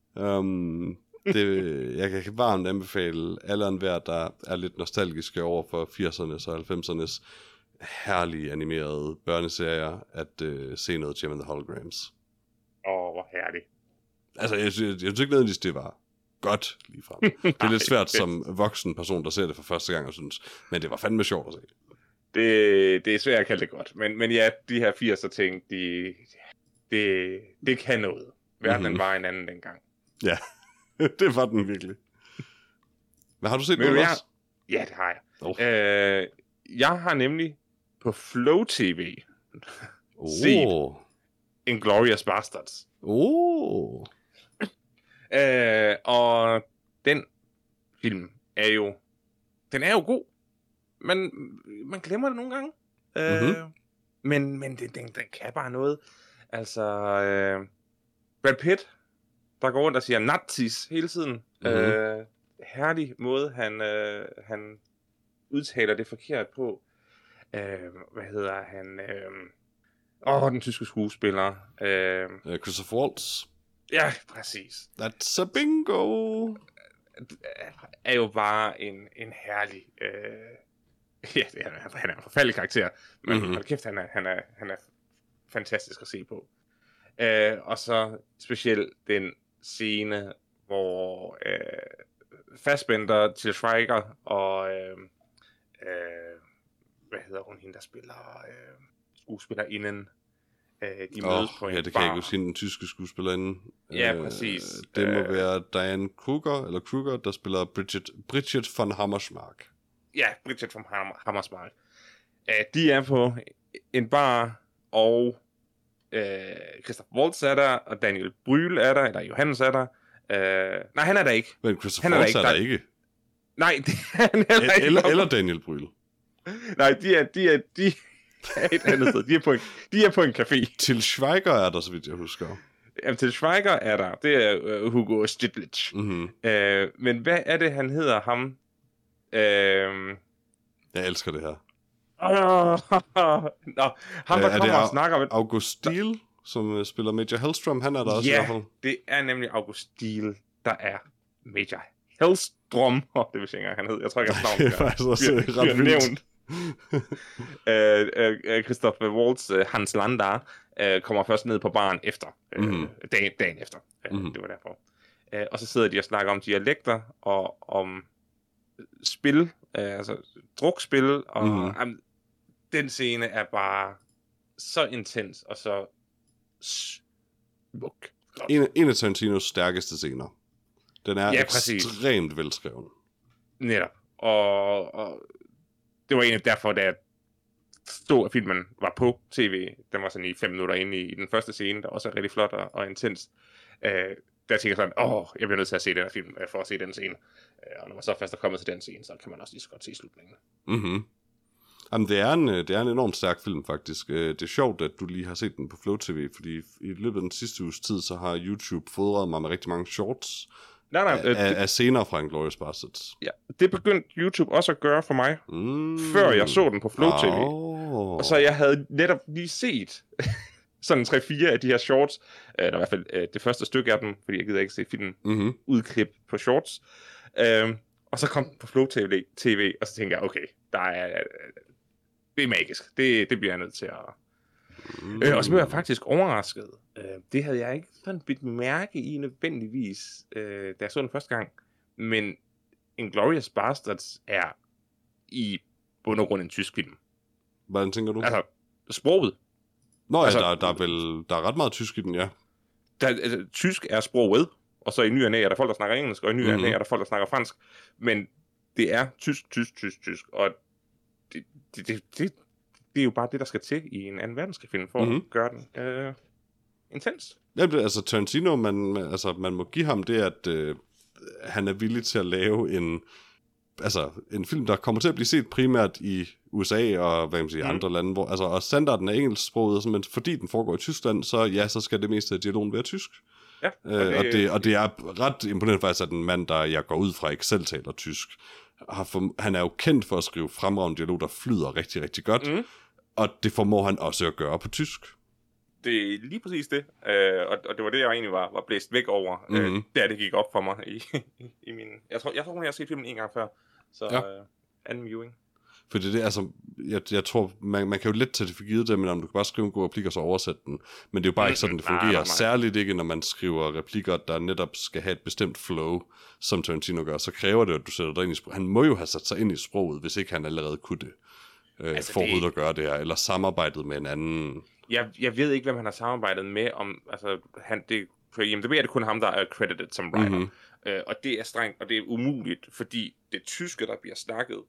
Um, det, jeg kan varmt anbefale alle og enhver, der er lidt nostalgiske over for firsernes og halvfemsernes herlige animerede børneserier, at uh, se noget Jem and the Holograms. Åh, oh, hvor herligt. Altså, jeg, jeg, jeg synes ikke nødvendigvis, det var godt ligefrem. Det er lidt svært som voksen person, der ser det for første gang og synes, men det var fandme sjovt at se. Det, det er svært at kalde det godt, men, men ja, de her firser ting, de, det, det kan noget. Verden mm-hmm. var en anden dengang. Ja, det var den virkelig. Hvad har du set men noget jeg, også? Ja, det har jeg. Oh. Øh, jeg har nemlig på Flow T V oh. set Inglourious Basterds. Oh. øh, og den film er jo, den er jo god, men man glemmer det nogle gange. Mm-hmm. Øh, men men den, den, den kan bare noget. Altså, øh, Brad Pitt, der går rundt og siger nazis hele tiden. Mm-hmm. Øh, herlig måde, han, øh, han udtaler det forkert på. Øh, hvad hedder han? Øh, Åh, oh, den tyske skuespiller. Øh, Christopher Waltz. Ja, præcis. That's a bingo. Er jo bare en, en herlig... Øh, ja, det er, han er en forfærdelig karakter. Men mm-hmm. hold kæft, han er, han, er, han er fantastisk at se på. Øh, og så specielt den scene, hvor øh, Fassbender til Schweiger og... Øh, øh, hvad hedder hun, hende der spiller... Øh, skuespillerinden. Øh, de oh, mødes på en ja, det bar. kan jeg ikke sige, den tyske skuespillerinde. Ja, præcis. Det må øh, være Diane Kruger, eller Kruger, der spiller Bridget, Bridget von Hammersmark. Ja, Bridget von Hammersmark. Øh, de er på en bar, og øh, Christoph Waltz er der, og Daniel Brühl er der, eller Johannes er der. Øh, nej, han er der ikke. Men Christoph Waltz er der, er der ikke. Nej, det er han heller ikke. Eller, eller Daniel Brühl. Nej, de er, de er, de er et andet sted. De er på en, de er på en café. Til Schweiger er der, så vidt jeg husker. Jamen, til Schweiger er der. Det er uh, Hugo Stiglitz. Mm-hmm. Uh, men hvad er det, han hedder ham? Uh, jeg elsker det her. Nå, ham der er kommer og snakker med... August Steele, som spiller Major Hellstrom, han er der også ja, i hvert fald. det er nemlig August Steele, der er Major Hellstrom. Oh, det vil jeg ikke engang, han hed. Jeg tror ikke, at det er faktisk også bliver, ret vildt. uh, uh, Christoph Waltz, uh, Hans Landar, uh, kommer først ned på baren efter. Uh, mm. dagen, dagen efter. Uh, mm. Det var derfor. Uh, og så sidder de og snakker om dialekter og om spil, uh, altså drukspil, og mm. um, den scene er bare så intens og så smuk. En, en af Tarantinos stærkeste scener. Den er ja, ekstremt velskreven. Netop. Og, og det var egentlig derfor, da jeg stod, at filmen var på tv. Den var sådan i fem minutter inde i, i den første scene, der også er rigtig flot og, og intens. Øh, der tænker jeg sådan, åh, jeg bliver nødt til at se den her film, for at se den scene. Øh, og når man så først er kommet til den scene, så kan man også lige så godt se slutningen. Mhm. Jamen, det er, en, det er en enormt stærk film, faktisk. Det er sjovt, at du lige har set den på Flow T V, fordi i løbet af den sidste uges tid, så har YouTube fodret mig med rigtig mange shorts nej, nej, af, øh, af, af scener fra Inglourious Basterds. Ja, det begyndte YouTube også at gøre for mig, mm. før jeg så den på Flow T V. Oh. Og så jeg havde netop lige set sådan tre fire af de her shorts, eller i hvert fald øh, det første stykke af dem, fordi jeg gider ikke se filmen mm-hmm. udklip på shorts. Øh, og så kom den på Flow T V, og så tænkte jeg, okay, der er... det er magisk. Det, det bliver jeg nødt til at... Mm. Øh, og så blev jeg faktisk overrasket. Øh, det havde jeg ikke sådan bidt mærke i nødvendigvis, øh, da jeg så den første gang. Men Inglourious Basterds er i bund og grund en tysk film. Hvordan tænker du? Altså, sproget. Nå ja, altså, der, der, er vel, der er ret meget tysk i den, ja. Der, altså, tysk er sproget, og så i ny og næ er der folk, der snakker engelsk, og i ny og næ mm-hmm. er der folk, der snakker fransk. Men det er tysk, tysk, tysk, tysk, og det, det, det, det, det er jo bare det, der skal til i en anden verdenskrig-film, for mm-hmm. at gøre den øh, intens. Ja, det, altså Tarantino, man, altså, man må give ham det, at øh, han er villig til at lave en, altså, en film, der kommer til at blive set primært i U S A og hvad man siger, mm. andre lande, hvor, altså, og standarden er engelsksproget, men fordi den foregår i Tyskland, så ja, så skal det meste af dialogen være tysk. Ja, og, øh, det... Og, det, og det er ret imponerende faktisk, at en mand, der jeg går ud fra, ikke selv taler tysk, har for, han er jo kendt for at skrive fremragende dialog, der flyder rigtig, rigtig godt, mm. og det formår han også at gøre på tysk. Det er lige præcis det, øh, og, og det var det, jeg egentlig var, var blæst væk over, mm-hmm. øh, da det gik op for mig i, i min... Jeg tror, jeg tror, jeg har set filmen en gang før, så ja. øh, anden viewing. For det er det, altså, jeg, jeg tror, man, man kan jo lidt tage det for givet det, men om du kan bare skrive en god replik og så oversætte den, men det er jo bare mm-hmm. ikke sådan, det fungerer, nej, nej, nej. Særligt ikke, når man skriver replikker, der netop skal have et bestemt flow, som Tarantino gør, så kræver det, at du sætter dig ind i sproget. Han må jo have sat sig ind i sproget, hvis ikke han allerede kunne det, øh, altså, forud det... at gøre det her, eller samarbejdet med en anden... Jeg, jeg ved ikke, hvem han har samarbejdet med, om, altså, han, det, på I M D B er det kun ham, der er credited som writer, mm-hmm. øh, og det er strengt, og det er umuligt, fordi det tyske, der bliver snakket,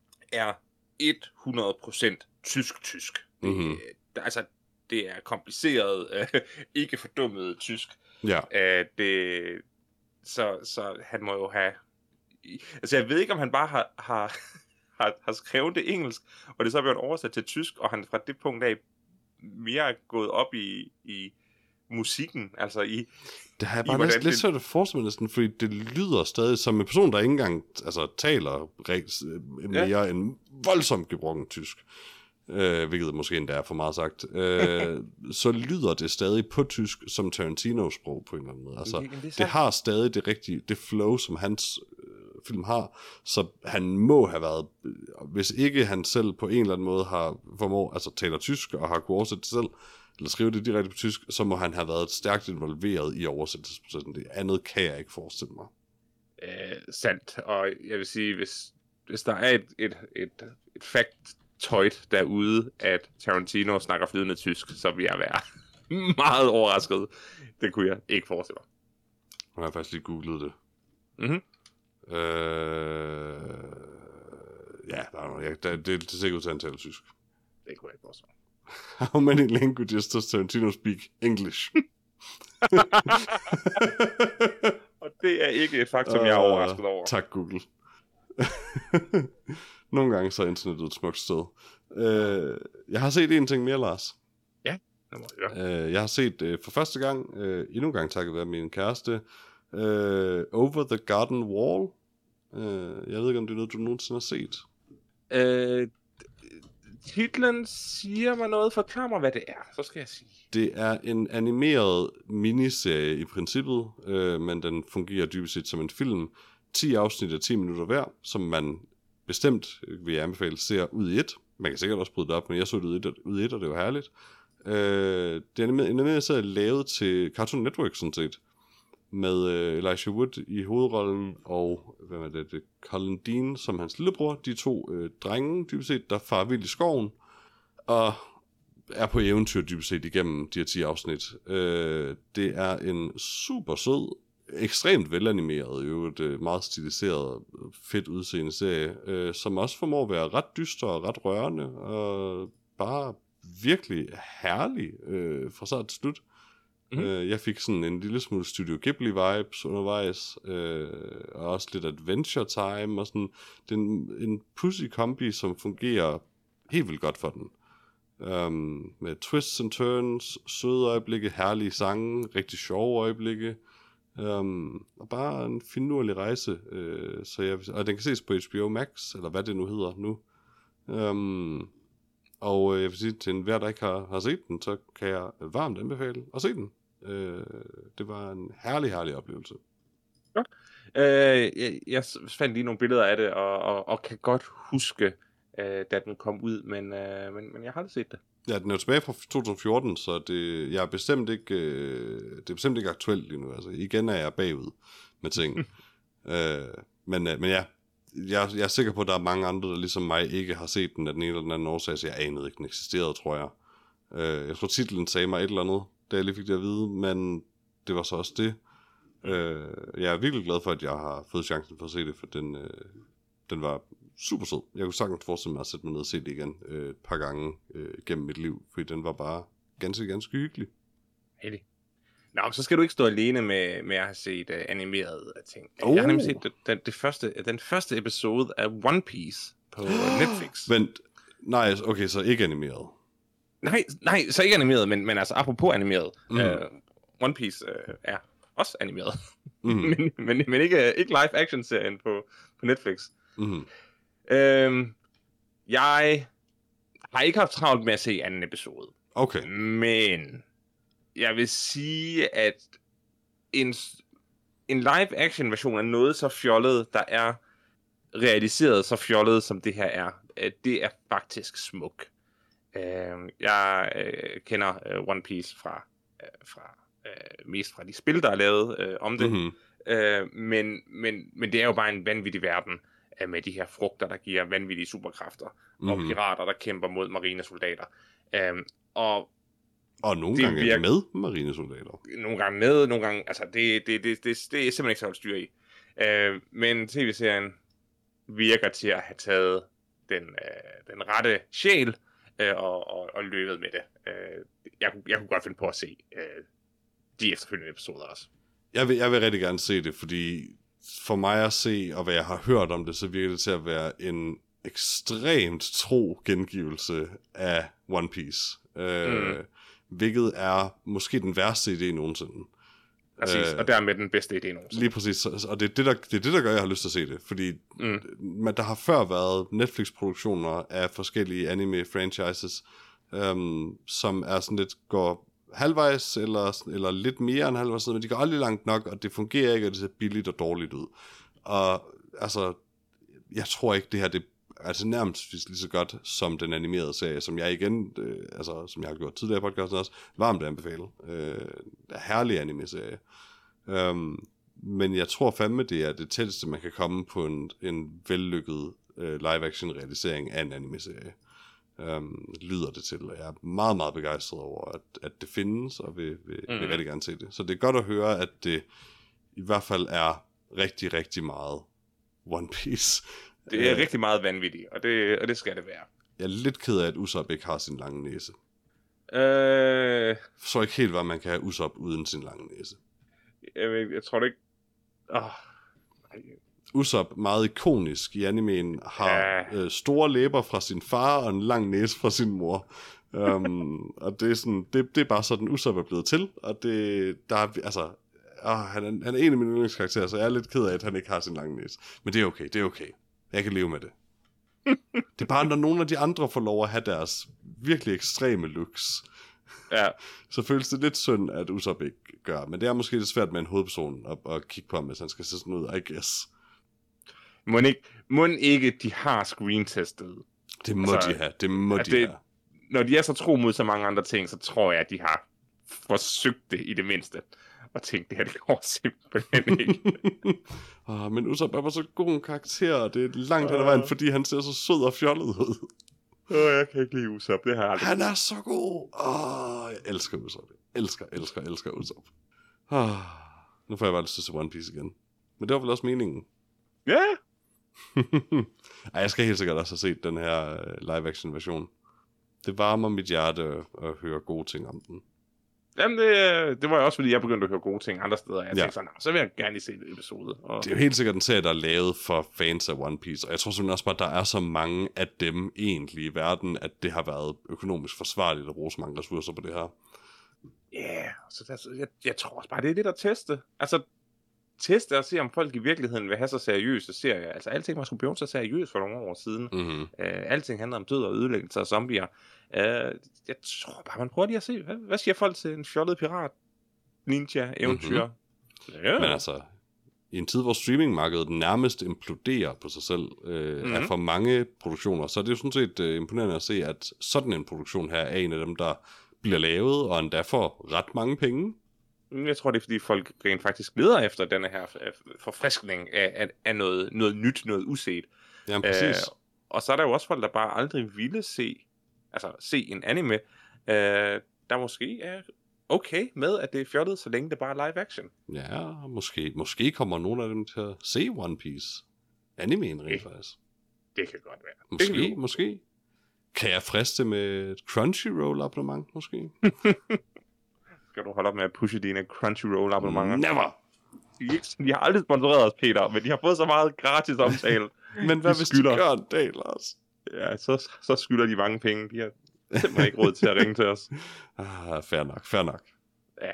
er hundrede procent tysk-tysk. Mm-hmm. Det, der, altså, det er kompliceret, øh, ikke fordummet tysk. Ja. Øh, det, så, så han må jo have... Altså, jeg ved ikke, om han bare har, har, har, har skrevet det engelsk, og det så er blevet oversat til tysk, og han fra det punkt af mere er gået op i, i musikken, altså i... Det har jeg bare næsten lidt svært at forestille mig næsten, fordi det lyder stadig som en person, der ikke engang altså, taler mere ja. end voldsomt gebrokken tysk, øh, hvilket måske endda er for meget sagt, øh, så lyder det stadig på tysk som Tarantino-sprog på en eller anden måde. Altså, det, det, det har stadig det rigtige, det flow, som hans øh, film har, så han må have været, hvis ikke han selv på en eller anden måde har formået, altså taler tysk og har kunnet oversætte det selv, eller skrive det direkte på tysk, så må han have været stærkt involveret i oversættelsesprocessen. Det andet kan jeg ikke forestille mig. Øh, sandt, og jeg vil sige, hvis, hvis der er et, et, et, et factoid derude, at Tarantino snakker flydende tysk, så vil jeg være meget overrasket. Det kunne jeg ikke forestille mig. Jeg har faktisk lige googlet det. Mhm. Øh... Ja, der er noget. Det, det, det ser ikke ud til, at han taler tysk. Det kunne jeg ikke forestille mig. How many languages does Tarantino speak? English. Og det er ikke et faktum, uh, jeg er overrasket over. Tak, Google. Nogle gange så er internettet et smukt sted. Uh, jeg har set en ting mere, Lars. Ja, det må jeg gøre. Uh, jeg har set uh, for første gang, uh, endnu en gang takket være min kæreste, uh, Over the Garden Wall. Uh, jeg ved ikke, om det er noget, du nogensinde har set. Uh, Titlen siger mig noget. Forklar mig, hvad det er, så skal jeg sige. Det er en animeret miniserie i princippet, øh, men den fungerer dybest set som en film. ti afsnit af ti minutter hver, som man bestemt, vil jeg anbefale, ser ud i et. Man kan sikkert også bryde det op, men jeg så det ud i et, ud i et og det var herligt. Øh, det er en animeret serie lavet til Cartoon Network, sådan set. Med øh, Elijah Wood i hovedrollen, og hvad er det, det Colin Dean som hans lillebror. De to øh, drenge, dybest set, der farer vildt i skoven, og er på eventyr dybest set igennem de her ti afsnit. Øh, det er en super sød, ekstremt velanimeret, jo et meget stiliseret, fedt udseende serie, øh, som også formår at være ret dyster og ret rørende, og bare virkelig herlig øh, fra start til slut. Mm-hmm. Øh, jeg fik sådan en lille smule Studio Ghibli-vibes undervejs, øh, og også lidt Adventure Time, og sådan. Det er en, en pussy kombi, som fungerer helt vildt godt for den. Um, med twists and turns, søde øjeblikke, herlige sange, rigtig sjove øjeblikke, um, og bare en finurlig rejse, uh, så jeg, og den kan ses på H B O Max, eller hvad det nu hedder nu. Um, og uh, jeg vil sige til enhver, der ikke har, har set den, så kan jeg varmt anbefale at se den. Uh, det var en herlig, herlig oplevelse. Godt. Uh, jeg, jeg fandt lige nogle billeder af det, og, og, og kan godt huske, uh, da den kom ud, men, uh, men, men jeg har aldrig set det. Ja, den er jo tilbage fra to tusind og fjorten, så det, jeg er bestemt ikke, øh, det er bestemt ikke aktuelt lige nu. Altså, igen er jeg bagud med ting. øh, men, men ja, jeg, jeg er sikker på, at der er mange andre, der ligesom mig ikke har set den af den ene eller den anden årsag, så jeg anede ikke, den eksisterede, tror jeg. Øh, jeg tror, titlen sagde mig et eller andet, da jeg lige fik det at vide, men det var så også det. Øh, jeg er virkelig glad for, at jeg har fået chancen for at se det, for den, øh, den var super sød. Jeg kunne sagtens forestille mig at sætte mig ned og se det igen øh, et par gange øh, gennem mit liv, fordi den var bare ganske, ganske hyggelig. Heldig. Nå, så skal du ikke stå alene med, med at have set uh, animerede ting. Oh. Jeg har nemlig set det, den, det første, den første episode af One Piece på Netflix. Vent, nej, okay, så ikke animeret. Nej, nej, så ikke animeret, men, men altså apropos animeret. Mm. Uh, One Piece uh, er også animeret, mm. men, men, men ikke, ikke live-action-serien på, på Netflix. Mm. Øhm, jeg har ikke haft travlt med at se anden episode. Okay. Men jeg vil sige, at en, en live-action version af noget så fjollet, der er realiseret så fjollet, som det her er, det er faktisk smuk. Øhm, jeg øh, kender øh, One Piece fra, øh, fra øh, mest fra de spil, der er lavet øh, om det. Mm-hmm. Øh, men, men, men det er jo bare en vanvittig verden øh, med de her frugter, der giver vanvittige superkræfter, mm-hmm. og pirater, der kæmper mod marinesoldater. Øh, og og nogle gange virker... med marinesoldater. Nogle gange med, nogle gange... Altså, det, det, det, det, det er simpelthen ikke så holdt styr i. Øh, men tv-serien virker til at have taget den, øh, den rette sjæl øh, og, og, og løbet med det. Øh, jeg, jeg kunne godt finde på at se øh, de efterfølgende episoder også. Jeg vil, jeg vil rigtig gerne se det, fordi for mig at se, og hvad jeg har hørt om det, så virker det til at være en ekstremt tro gengivelse af One Piece. Øh, mm. Hvilket er måske den værste idé nogensinde. Præcis, øh, og dermed den bedste idé nogensinde. Lige præcis, og det er det, der, det er det, der gør, at jeg har lyst til at se det. Fordi mm. man, der har før været Netflix-produktioner af forskellige anime-franchises, øhm, som er sådan lidt, går halvvejs, eller, eller lidt mere end halvvejs, men de går aldrig langt nok, og det fungerer ikke, og det ser billigt og dårligt ud. Og altså, jeg tror ikke, det her, det altså nærmest lige så godt som den animerede serie, som jeg igen, øh, altså som jeg har gjort tidligere i podcasten også, varmt anbefale. Øh, herlig anime-serie. Um, men jeg tror fandme, det er det tætteste, man kan komme på en, en vellykket øh, live-action-realisering af en anime-serie. Um, lyder det til, og jeg er meget, meget begejstret over, at, at det findes, og vil, vil, mm. vil rigtig gerne se det. Så det er godt at høre, at det i hvert fald er rigtig, rigtig meget One Piece. Det er uh, rigtig meget vanvittigt, og det, og det skal det være. Jeg er lidt ked af, at Usopp ikke har sin lange næse. Øh... Jeg forstår ikke helt, hvad man kan have Usopp uden sin lange næse. Jeg, jeg, jeg tror det ikke... Oh. Usopp, meget ikonisk i animen, har ja. øh, store læber fra sin far og en lang næse fra sin mor. um, og det er, sådan, det, det er bare sådan, Usopp er blevet til, og det, der er, altså, åh, han, er, han er en af mine yndlingskarakterer, så jeg er lidt ked af, at han ikke har sin lange næse. Men det er okay, det er okay. Jeg kan leve med det. Det er bare, når nogle af de andre får lov at have deres virkelig ekstreme looks, ja. så føles det lidt synd, at Usopp ikke gør. Men det er måske lidt svært med en hovedperson at, at kigge på ham, hvis han skal se sådan ud, I guess. Må ikke, må ikke de har screentestet? Det må altså, de have, det må de det, have. Når de er så tro mod så mange andre ting, så tror jeg, at de har forsøgt det i det mindste. Og tænkt, det her, det går simpelthen ikke. oh, men Usopp er bare så god en karakter, og det er langt hen ad vejen, fordi han ser så sød og fjollet ud. Åh, oh, jeg kan ikke lide Usopp, det har jeg aldrig. Han er så god. Åh, oh, jeg elsker Usopp. Jeg elsker, elsker, elsker Usopp. Oh, nu får jeg bare lyst til at se One Piece igen. Men det var vel også meningen. Ja. Yeah. Ej, jeg skal helt sikkert også have set den her live-action version. Det varmer mit hjerte at høre gode ting om den. Jamen, det, det var jo også, fordi jeg begyndte at høre gode ting andre steder. Jeg tænkte ja. sådan, så vil jeg gerne lige se et episode. Og... Det er jo helt sikkert en serie, der er lavet for fans af One Piece. Og jeg tror simpelthen også bare, at der er så mange af dem egentlig i verden, at det har været økonomisk forsvarligt at bruge så mange ressourcer på det her. Ja, yeah, så altså, jeg, jeg tror også bare, det er lidt at teste. Altså, teste og se, om folk i virkeligheden vil have så seriøse serier. Altså, alting var sgu blevet så seriøst for nogle år siden. Mm-hmm. Uh, alting handler om død og ødelæggelse af zombier. Uh, jeg tror bare, man prøver lige at se, hvad, hvad siger folk til en fjollet pirat, ninja, eventyr? Mm-hmm. Ja. Men altså, i en tid, hvor streamingmarkedet nærmest imploderer på sig selv, øh, mm-hmm. er for mange produktioner, så er det jo sådan set øh, imponerende at se, at sådan en produktion her er en af dem, der bliver lavet, og endda får ret mange penge. Jeg tror, det er, fordi folk rent faktisk leder efter denne her forfriskning af, af, af noget, noget nyt, noget uset. Ja, præcis. Øh, og så er der jo også folk, der bare aldrig ville se, altså se en anime, øh, der måske er okay med, at det er fjollet, så længe det bare er live action. Ja, måske, måske kommer nogle af dem til at se One Piece. Animeen rent faktisk. Det kan godt være. Måske, kan måske. Kan jeg friste med et Crunchyroll abonnement, måske? Skal du holde op med at pushe dine Crunchyroll abonnementer? Never! De har aldrig sponsoreret os, Peter, men de har fået så meget gratis omtale. Men hvad de hvis skylder. De gør en dag, Lars? Ja, så, så skylder de mange penge. De har simpelthen ikke råd til at ringe til os. Ah, fair nok, fair nok. Ja.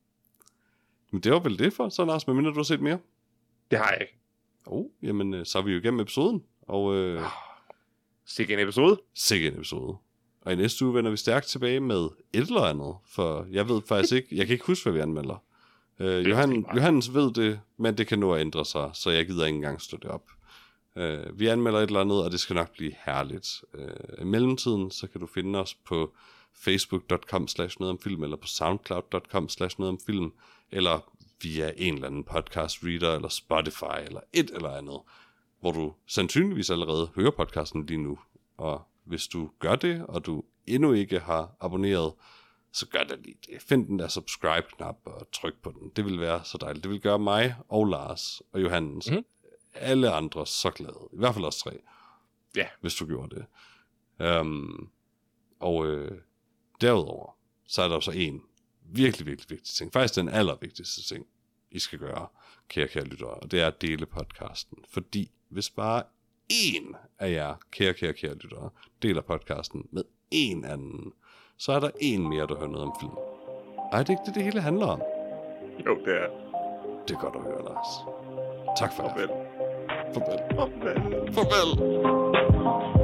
Men det var vel det for, så Lars, medmindre du har set mere? Det har jeg ikke. Oh, jamen, så er vi jo igennem episoden. Og, øh, oh, sikke en episode. Sikke en episode. Og i næste uge vender vi stærkt tilbage med et eller andet, for jeg ved faktisk ikke, jeg kan ikke huske, hvad vi anmelder. Øh, Johan, Johannes ved det, men det kan nå at ændre sig, så jeg gider ikke engang stå det op. Øh, vi anmelder et eller andet, og det skal nok blive herligt. Øh, I mellemtiden, så kan du finde os på facebook punktum com slash noget om film, eller på soundcloud punktum com slash noget om film, eller via en eller anden podcast reader, eller Spotify, eller et eller andet, hvor du sandsynligvis allerede hører podcasten lige nu. Og hvis du gør det, og du endnu ikke har abonneret, så gør det lige det. Find den der subscribe-knap og tryk på den. Det vil være så dejligt. Det vil gøre mig og Lars og Johannes, mm. alle andre så glade. I hvert fald os tre. Ja. Yeah. Hvis du gjorde det. Um, og øh, derudover, så er der så en virkelig, virkelig vigtig ting. Faktisk den allervigtigste ting, I skal gøre, kære, kære lyttere. Og det er at dele podcasten. Fordi hvis bare en af jer, kære, kære, kære lyttere, deler podcasten med en anden, så er der en mere, der hører noget om film. Ej, det er ikke det, det hele handler om. Jo, det er. Det er godt at høre, Lars. Tak for Farvel. det. Farvel. Farvel. Farvel.